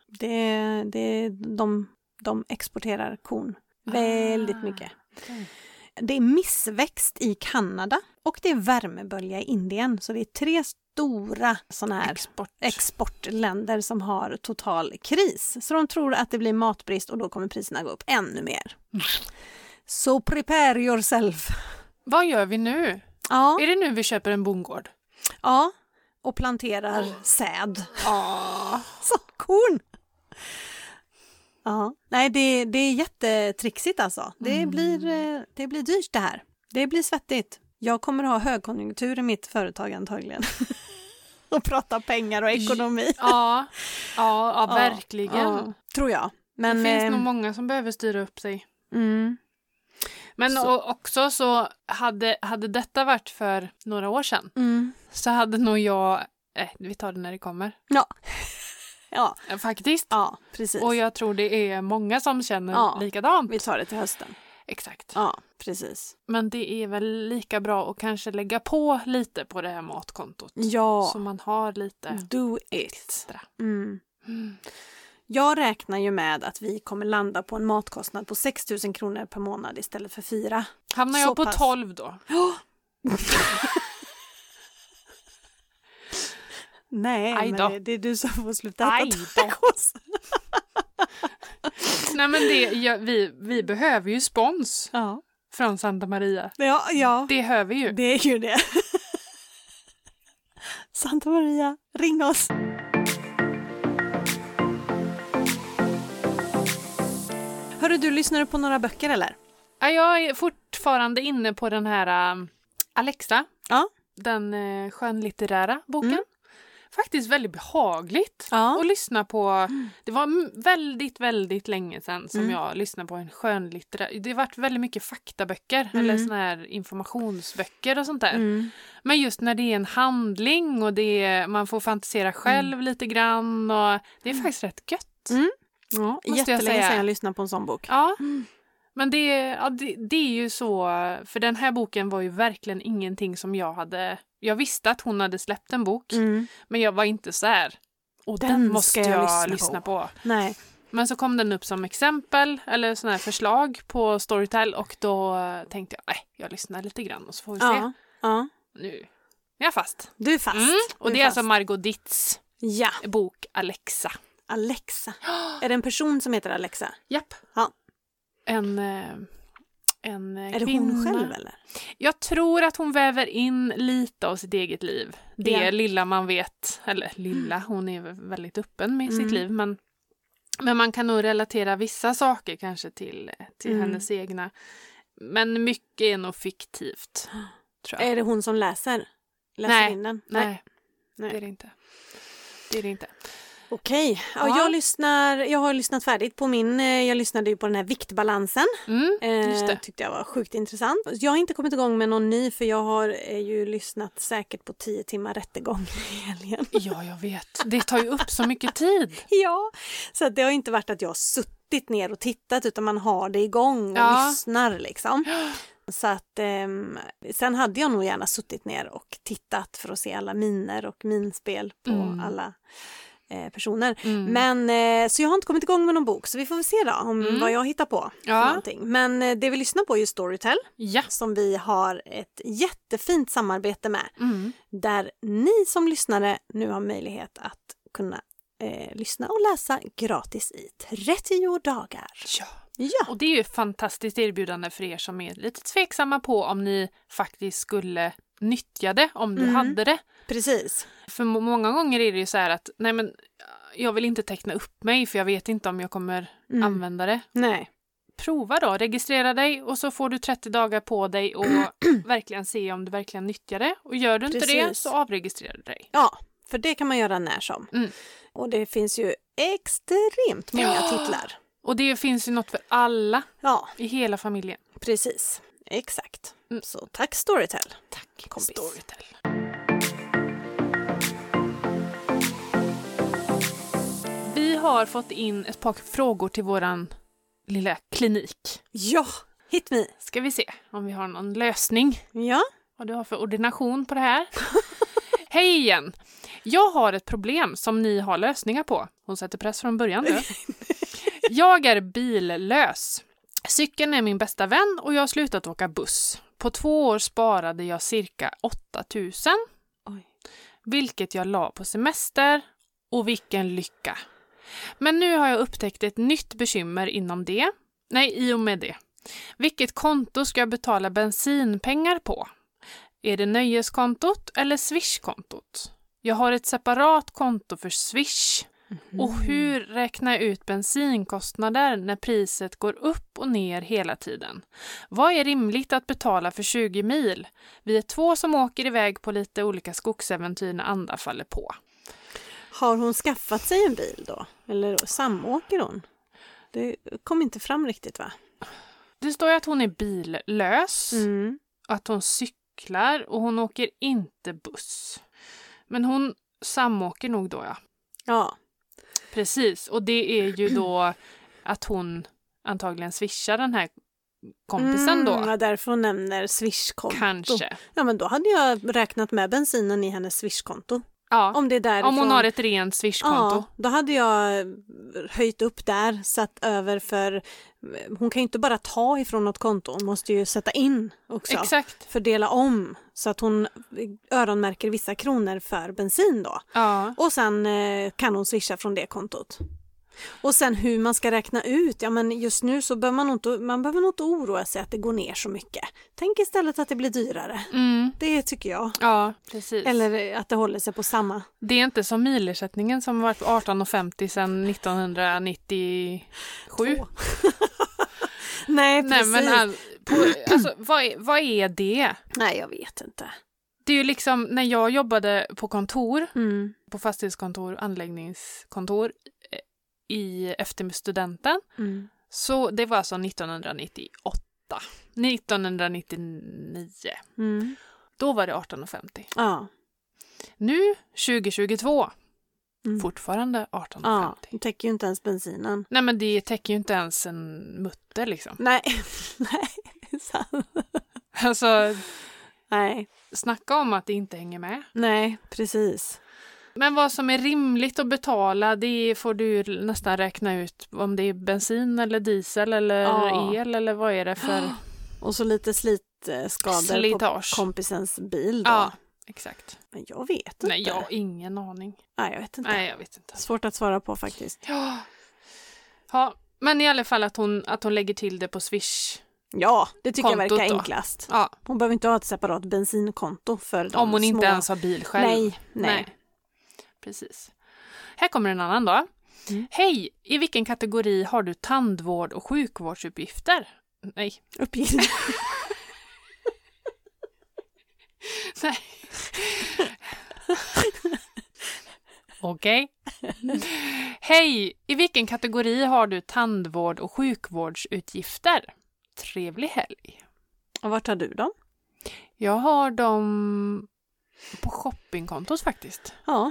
Speaker 2: De exporterar korn väldigt mycket. Okay. Det är missväxt i Kanada och det är värmebölja i Indien. Så det är 3 stora såna här exportländer som har total kris. Så de tror att det blir matbrist och då kommer priserna gå upp ännu mer. So prepare yourself.
Speaker 1: Vad gör vi nu?
Speaker 2: Ja.
Speaker 1: Är det nu vi köper en bondgård?
Speaker 2: Ja, och planterar säd. Så korn. Ja, nej det är jättetrixigt alltså. Det blir dyrt det här. Det blir svettigt. Jag kommer ha högkonjunktur i mitt företag antagligen. Och prata pengar och ekonomi.
Speaker 1: Ja, verkligen. Ja,
Speaker 2: tror jag. Men,
Speaker 1: det finns nog många som behöver styra upp sig. Men också så hade detta varit för några år sedan så hade nog jag, vi tar det när det kommer. Ja. Faktiskt.
Speaker 2: Ja, precis.
Speaker 1: Och jag tror det är många som känner likadant.
Speaker 2: Vi tar det till hösten.
Speaker 1: Exakt.
Speaker 2: Ja, precis.
Speaker 1: Men det är väl lika bra att kanske lägga på lite på det här matkontot.
Speaker 2: Ja.
Speaker 1: Så man har lite extra.
Speaker 2: Jag räknar ju med att vi kommer landa på en matkostnad på 6 000 kronor per månad istället för 4.
Speaker 1: Hamnar jag på 12 då?
Speaker 2: Nej, men det är du som får sluta äta tacos.
Speaker 1: Nej, men vi behöver ju spons från Santa Maria.
Speaker 2: Ja.
Speaker 1: Det hör vi ju.
Speaker 2: Det är ju det. Santa Maria, ring oss. Hörru, du lyssnar på några böcker eller?
Speaker 1: Ja, jag är fortfarande inne på den här Alexa.
Speaker 2: Ja.
Speaker 1: Den skönlitterära boken. Faktiskt väldigt behagligt att lyssna på. Det var väldigt, väldigt länge sedan som jag lyssnade på en skönlitterär. Det har varit väldigt mycket faktaböcker eller såna här informationsböcker och sånt där. Men just när det är en handling och man får fantisera själv lite grann och det är faktiskt rätt gött.
Speaker 2: Ja, jättelänge sedan jag lyssnade på en sån bok.
Speaker 1: Ja. Men det är ju så, för den här boken var ju verkligen ingenting som jag visste att hon hade släppt en bok, men jag var inte så här, och den måste jag lyssna på. Nej. Men så kom den upp som exempel, eller sån här förslag på Storytel, och då tänkte jag lyssnar lite grann och så får vi se.
Speaker 2: Ja.
Speaker 1: Nu är jag fast.
Speaker 2: Du är fast.
Speaker 1: Och det är alltså Margot Ditts bok Alexa.
Speaker 2: Alexa. Är det en person som heter Alexa?
Speaker 1: Japp.
Speaker 2: Ja.
Speaker 1: En
Speaker 2: är
Speaker 1: kvinna.
Speaker 2: Det hon själv eller?
Speaker 1: Jag tror att hon väver in lite av sitt eget liv. Det lilla man vet. Eller lilla, hon är väldigt öppen med sitt liv. Men man kan nog relatera vissa saker kanske till hennes egna. Men mycket är nog fiktivt, tror jag.
Speaker 2: Är det hon som läser in den?
Speaker 1: Nej, det är det inte. Det är det inte.
Speaker 2: Okej, ja. Jag har lyssnat färdigt på jag lyssnade ju på den här viktbalansen.
Speaker 1: Just det.
Speaker 2: Tyckte jag var sjukt intressant. Jag har inte kommit igång med någon ny för jag har ju lyssnat säkert på 10 timmar rättegång i helgen.
Speaker 1: Ja, jag vet. Det tar ju upp så mycket tid.
Speaker 2: Ja, så att det har inte varit att jag har suttit ner och tittat utan man har det igång och lyssnar liksom. Så att sen hade jag nog gärna suttit ner och tittat för att se alla miner och minspel på alla personer. Men så jag har inte kommit igång med någon bok så vi får väl se då om vad jag hittar på för någonting. Men det vi lyssnar på är ju Storytel som vi har ett jättefint samarbete med där ni som lyssnare nu har möjlighet att kunna lyssna och läsa gratis i 30 dagar. Ja,
Speaker 1: och det är ju ett fantastiskt erbjudande för er som är lite tveksamma på om ni faktiskt skulle nyttja det om du hade det.
Speaker 2: Precis.
Speaker 1: För många gånger är det ju så här att nej men jag vill inte teckna upp mig för jag vet inte om jag kommer använda det.
Speaker 2: Nej.
Speaker 1: Prova då, registrera dig och så får du 30 dagar på dig och verkligen se om du verkligen nyttjar det. Och gör du inte det så avregistrerar du dig.
Speaker 2: Ja, för det kan man göra när som. Och det finns ju extremt många titlar.
Speaker 1: Och det finns ju något för alla i hela familjen.
Speaker 2: Precis, exakt. Så tack Storytel.
Speaker 1: Tack kompis. Storytel. Vi har fått in ett par frågor till våran lilla klinik.
Speaker 2: Ja, hit me.
Speaker 1: Ska vi se om vi har någon lösning.
Speaker 2: Ja.
Speaker 1: Vad du har för ordination på det här. Hej igen. Jag har ett problem som ni har lösningar på. Hon sätter press från början nu. Jag är billös. Cykeln är min bästa vän och jag har slutat åka buss. På 2 år sparade jag cirka 8 000. Vilket jag la på semester. Och vilken lycka. Men nu har jag upptäckt ett nytt bekymmer i och med det. Vilket konto ska jag betala bensinpengar på? Är det nöjeskontot eller Swish-kontot? Jag har ett separat konto för Swish. Och hur räknar jag ut bensinkostnader när priset går upp och ner hela tiden? Vad är rimligt att betala för 20 mil? Vi är 2 som åker iväg på lite olika skogsäventyr när andra faller på.
Speaker 2: Har hon skaffat sig en bil då? Eller samåker hon? Det kom inte fram riktigt va?
Speaker 1: Det står ju att hon är billös. Att hon cyklar och hon åker inte buss. Men hon samåker nog då
Speaker 2: Ja.
Speaker 1: Precis, och det är ju då att hon antagligen swishar den här kompisen då.
Speaker 2: Ja, därför hon nämner Swish-konto.
Speaker 1: Kanske.
Speaker 2: Ja, men då hade jag räknat med bensinen i hennes Swish-konto.
Speaker 1: Ja,
Speaker 2: om
Speaker 1: hon har ett rent Swish-konto.
Speaker 2: Ja, då hade jag höjt upp där, satt över för hon kan ju inte bara ta ifrån något konto, hon måste ju sätta in också.
Speaker 1: Exakt.
Speaker 2: Fördela om så att hon öronmärker vissa kronor för bensin då.
Speaker 1: Ja.
Speaker 2: Och sen kan hon swisha från det kontot. Och sen hur man ska räkna ut, ja men just nu så behöver man behöver nog inte oroa sig att det går ner så mycket. Tänk istället att det blir dyrare. Det tycker jag.
Speaker 1: Ja, precis.
Speaker 2: Eller att det håller sig på samma.
Speaker 1: Det är inte som milersättningen som varit på 18,50 sedan 1997.
Speaker 2: Nej, precis.
Speaker 1: Nej, men alltså, vad är det?
Speaker 2: Nej, jag vet inte.
Speaker 1: Det är ju liksom när jag jobbade på kontor, på fastighetskontor, anläggningskontor efter studenten. Så det var alltså 1998. 1999. Då var det 18,50.
Speaker 2: Ja.
Speaker 1: Nu 2022. Fortfarande 18,50.
Speaker 2: Ja, det täcker ju inte ens bensinen.
Speaker 1: Nej, men det täcker ju inte ens en mutter liksom.
Speaker 2: Nej, nej, det är sant.
Speaker 1: Alltså,
Speaker 2: nej.
Speaker 1: Snacka om att det inte hänger med.
Speaker 2: Nej, precis.
Speaker 1: Men vad som är rimligt att betala, det får du nästan räkna ut om det är bensin eller diesel eller el eller vad är det för...
Speaker 2: Och så lite slitskador på kompisens bil då.
Speaker 1: Ja, exakt.
Speaker 2: Men jag vet inte.
Speaker 1: Nej, jag har ingen aning.
Speaker 2: Nej, jag vet inte. Svårt att svara på faktiskt.
Speaker 1: Ja, men i alla fall att hon lägger till det på Swish.
Speaker 2: Ja, det tycker jag verkar enklast.
Speaker 1: Ja.
Speaker 2: Hon behöver inte ha ett separat bensinkonto för de
Speaker 1: om hon
Speaker 2: små...
Speaker 1: inte ens har bil själv. Nej. Precis. Här kommer en annan då. Hej, i vilken kategori har du tandvård och sjukvårdsuppgifter? Nej.
Speaker 2: Uppgifter.
Speaker 1: Nej. Okej. Hej, i vilken kategori har du tandvård och sjukvårdsutgifter? Trevlig helg.
Speaker 2: Och vart har du dem?
Speaker 1: Jag har dem på shoppingkontot faktiskt.
Speaker 2: Ja.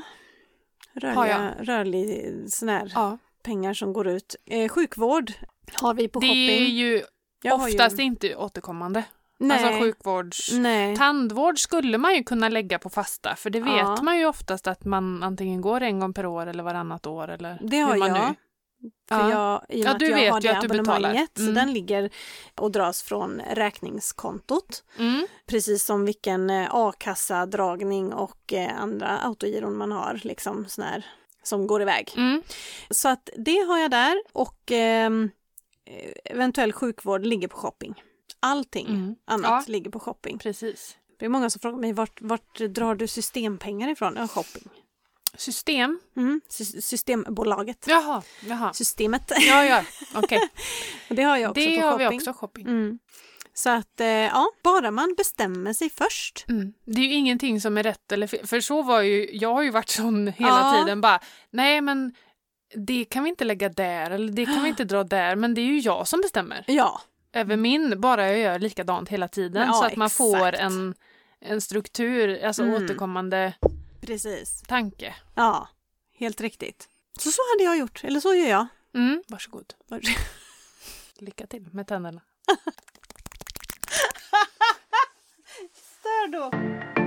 Speaker 2: Rörlig sån här pengar som går ut. Sjukvård har vi på shopping.
Speaker 1: Det är ju oftast inte återkommande.
Speaker 2: Nej.
Speaker 1: Alltså sjukvårds... Nej. Tandvård skulle man ju kunna lägga på fasta. För det vet man ju oftast att man antingen går en gång per år eller varannat år. Eller
Speaker 2: det har
Speaker 1: man
Speaker 2: jag.
Speaker 1: Nu.
Speaker 2: För jag har det abonnemanget. Så den ligger och dras från räkningskontot. Precis som vilken a-kassadragning och andra autogiron man har. Liksom sån här, som går iväg. Så att det har jag där. Och eventuell sjukvård ligger på shopping. Allting annat ligger på shopping.
Speaker 1: Precis.
Speaker 2: Det är många som frågar mig, vart drar du systempengar ifrån? Ja, shopping.
Speaker 1: System?
Speaker 2: Systembolaget.
Speaker 1: Jaha.
Speaker 2: Systemet.
Speaker 1: Ja, okej.
Speaker 2: Det har jag också
Speaker 1: det
Speaker 2: på
Speaker 1: har
Speaker 2: shopping.
Speaker 1: Vi också shopping.
Speaker 2: Så att, bara man bestämmer sig först.
Speaker 1: Det är ju ingenting som är rätt eller fel. För så var ju, jag har ju varit sån hela tiden. Bara, nej men det kan vi inte lägga där eller det kan vi inte dra där. Men det är ju jag som bestämmer.
Speaker 2: Ja.
Speaker 1: Över min, bara jag gör likadant hela tiden. Så att man får en struktur, alltså återkommande tanke.
Speaker 2: Ja, helt riktigt. Så hade jag gjort, eller så gör jag.
Speaker 1: Varsågod. Lycka till med tänderna.
Speaker 2: Stör då.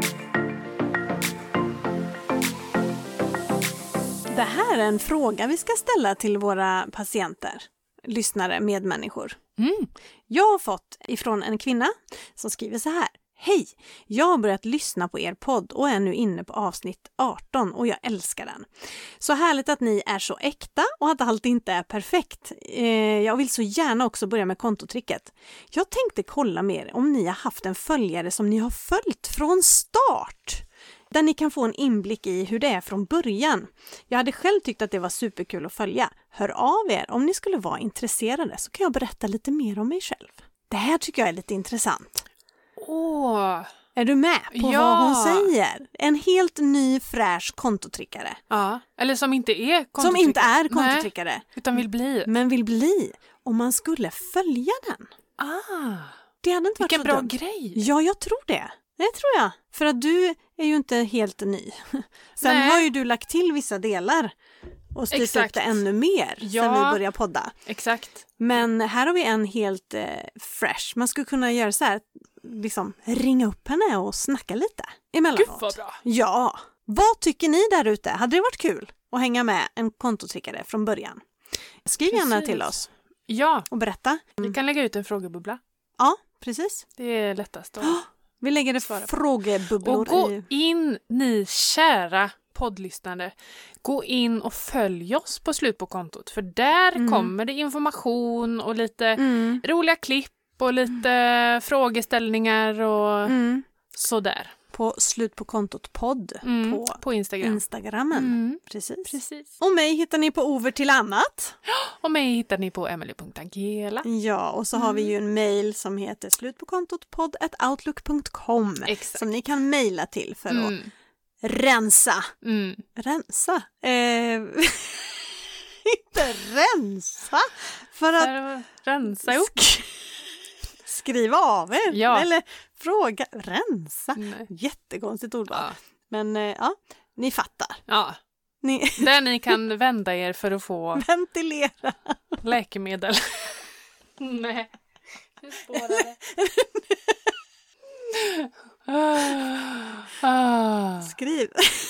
Speaker 2: Det här är en fråga vi ska ställa till våra patienter, lyssnare, medmänniskor. Jag har fått ifrån en kvinna som skriver så här. Hej, jag har börjat lyssna på er podd och är nu inne på avsnitt 18 och jag älskar den. Så härligt att ni är så äkta och att allt inte är perfekt. Jag vill så gärna också börja med kontotricket. Jag tänkte kolla mer om ni har haft en följare som ni har följt från start. Där ni kan få en inblick i hur det är från början. Jag hade själv tyckt att det var superkul att följa. Hör av er om ni skulle vara intresserade så kan jag berätta lite mer om mig själv. Det här tycker jag är lite intressant. Är du med på vad hon säger? En helt ny fräsch kontotrickare.
Speaker 1: Ja, eller som inte är kontotrickare.
Speaker 2: Som inte är kontotrickare.
Speaker 1: Nej, utan vill bli.
Speaker 2: Men vill bli. Om man skulle följa den. Det hade inte varit så
Speaker 1: bra
Speaker 2: dumt.
Speaker 1: Grej.
Speaker 2: Ja, jag tror det. Det tror jag. För att du är ju inte helt ny. Sen har ju du lagt till vissa delar. Och styrt upp det ännu mer sen vi började podda.
Speaker 1: Exakt.
Speaker 2: Men här har vi en helt fresh. Man skulle kunna göra så här, liksom ringa upp henne och snacka lite emellanåt.
Speaker 1: Gud vad bra.
Speaker 2: Ja. Vad tycker ni där ute? Hade det varit kul att hänga med en kontotrickare från början? Skriv gärna till oss.
Speaker 1: Ja.
Speaker 2: Och berätta.
Speaker 1: Vi kan lägga ut en frågebubbla.
Speaker 2: Ja, precis.
Speaker 1: Det är lättast att
Speaker 2: vi lägger det frågebubblor
Speaker 1: och gå in, ni kära poddlyssnare, gå in och följ oss på Slut på kontot. För där kommer det information och lite roliga klipp och lite frågeställningar och sådär.
Speaker 2: På Slut på kontot podd
Speaker 1: på Instagram.
Speaker 2: Instagrammen. Precis. Och mig hittar ni på Over till annat.
Speaker 1: Och mig hittar ni på emily.angela.
Speaker 2: Ja, och så har vi ju en mail som heter slutpåkontotpodd@outlook.com som ni kan mejla till för att rensa. Rensa? Inte rensa. För att
Speaker 1: rensa upp.
Speaker 2: Skriva av er.
Speaker 1: Ja.
Speaker 2: Eller fråga. Rensa.
Speaker 1: Nej.
Speaker 2: Jättekonstigt ord.
Speaker 1: Ja.
Speaker 2: Men ni fattar.
Speaker 1: Ja. Där ni kan vända er för att få
Speaker 2: ventilera
Speaker 1: läkemedel. Nej. Hur spårar det?
Speaker 2: Skriv.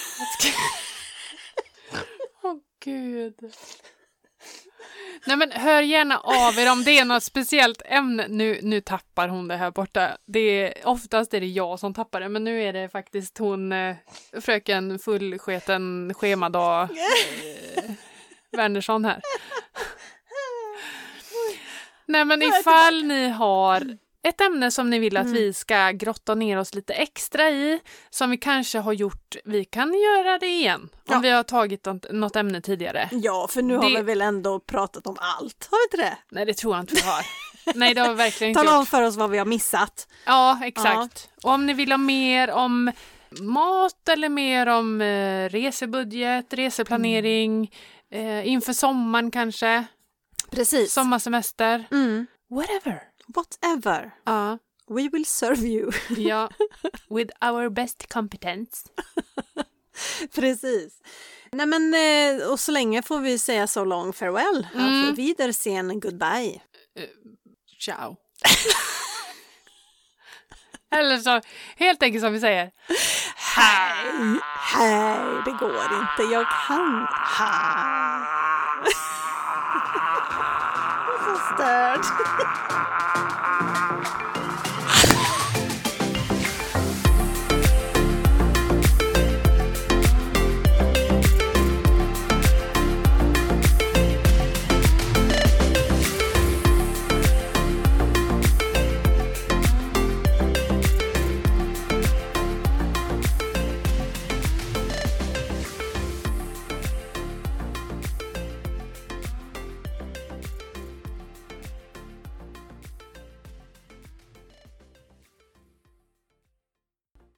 Speaker 1: Gud. Nej men hör gärna av er om det är något speciellt ämne. Nu tappar hon det här borta. Oftast är det jag som tappar det. Men nu är det faktiskt hon, fröken fullsketen schemadag Wernersson här. Nej men ifall ni har ett ämne som ni vill att vi ska grotta ner oss lite extra i, som vi kanske har gjort, vi kan göra det igen. Om vi har tagit något ämne tidigare.
Speaker 2: Ja, för nu har vi väl ändå pratat om allt. Har vi inte det?
Speaker 1: Nej, det tror jag inte vi har. Nej, det har vi verkligen inte
Speaker 2: Tala om
Speaker 1: gjort.
Speaker 2: för oss vad vi har missat.
Speaker 1: Ja, exakt. Och om ni vill ha mer om mat eller mer om resebudget, reseplanering, inför sommaren kanske.
Speaker 2: Precis.
Speaker 1: Sommarsemester. Whatever.
Speaker 2: Whatever.
Speaker 1: Ja.
Speaker 2: We will serve you.
Speaker 1: Ja. With our best competence.
Speaker 2: Precis. Nej men, och så länge får vi säga so long farewell. Auf Wiedersehen, goodbye.
Speaker 1: Ciao. Eller så, helt enkelt som vi säger.
Speaker 2: Hej. Hej, det går inte. Jag kan. Hej. Så stört.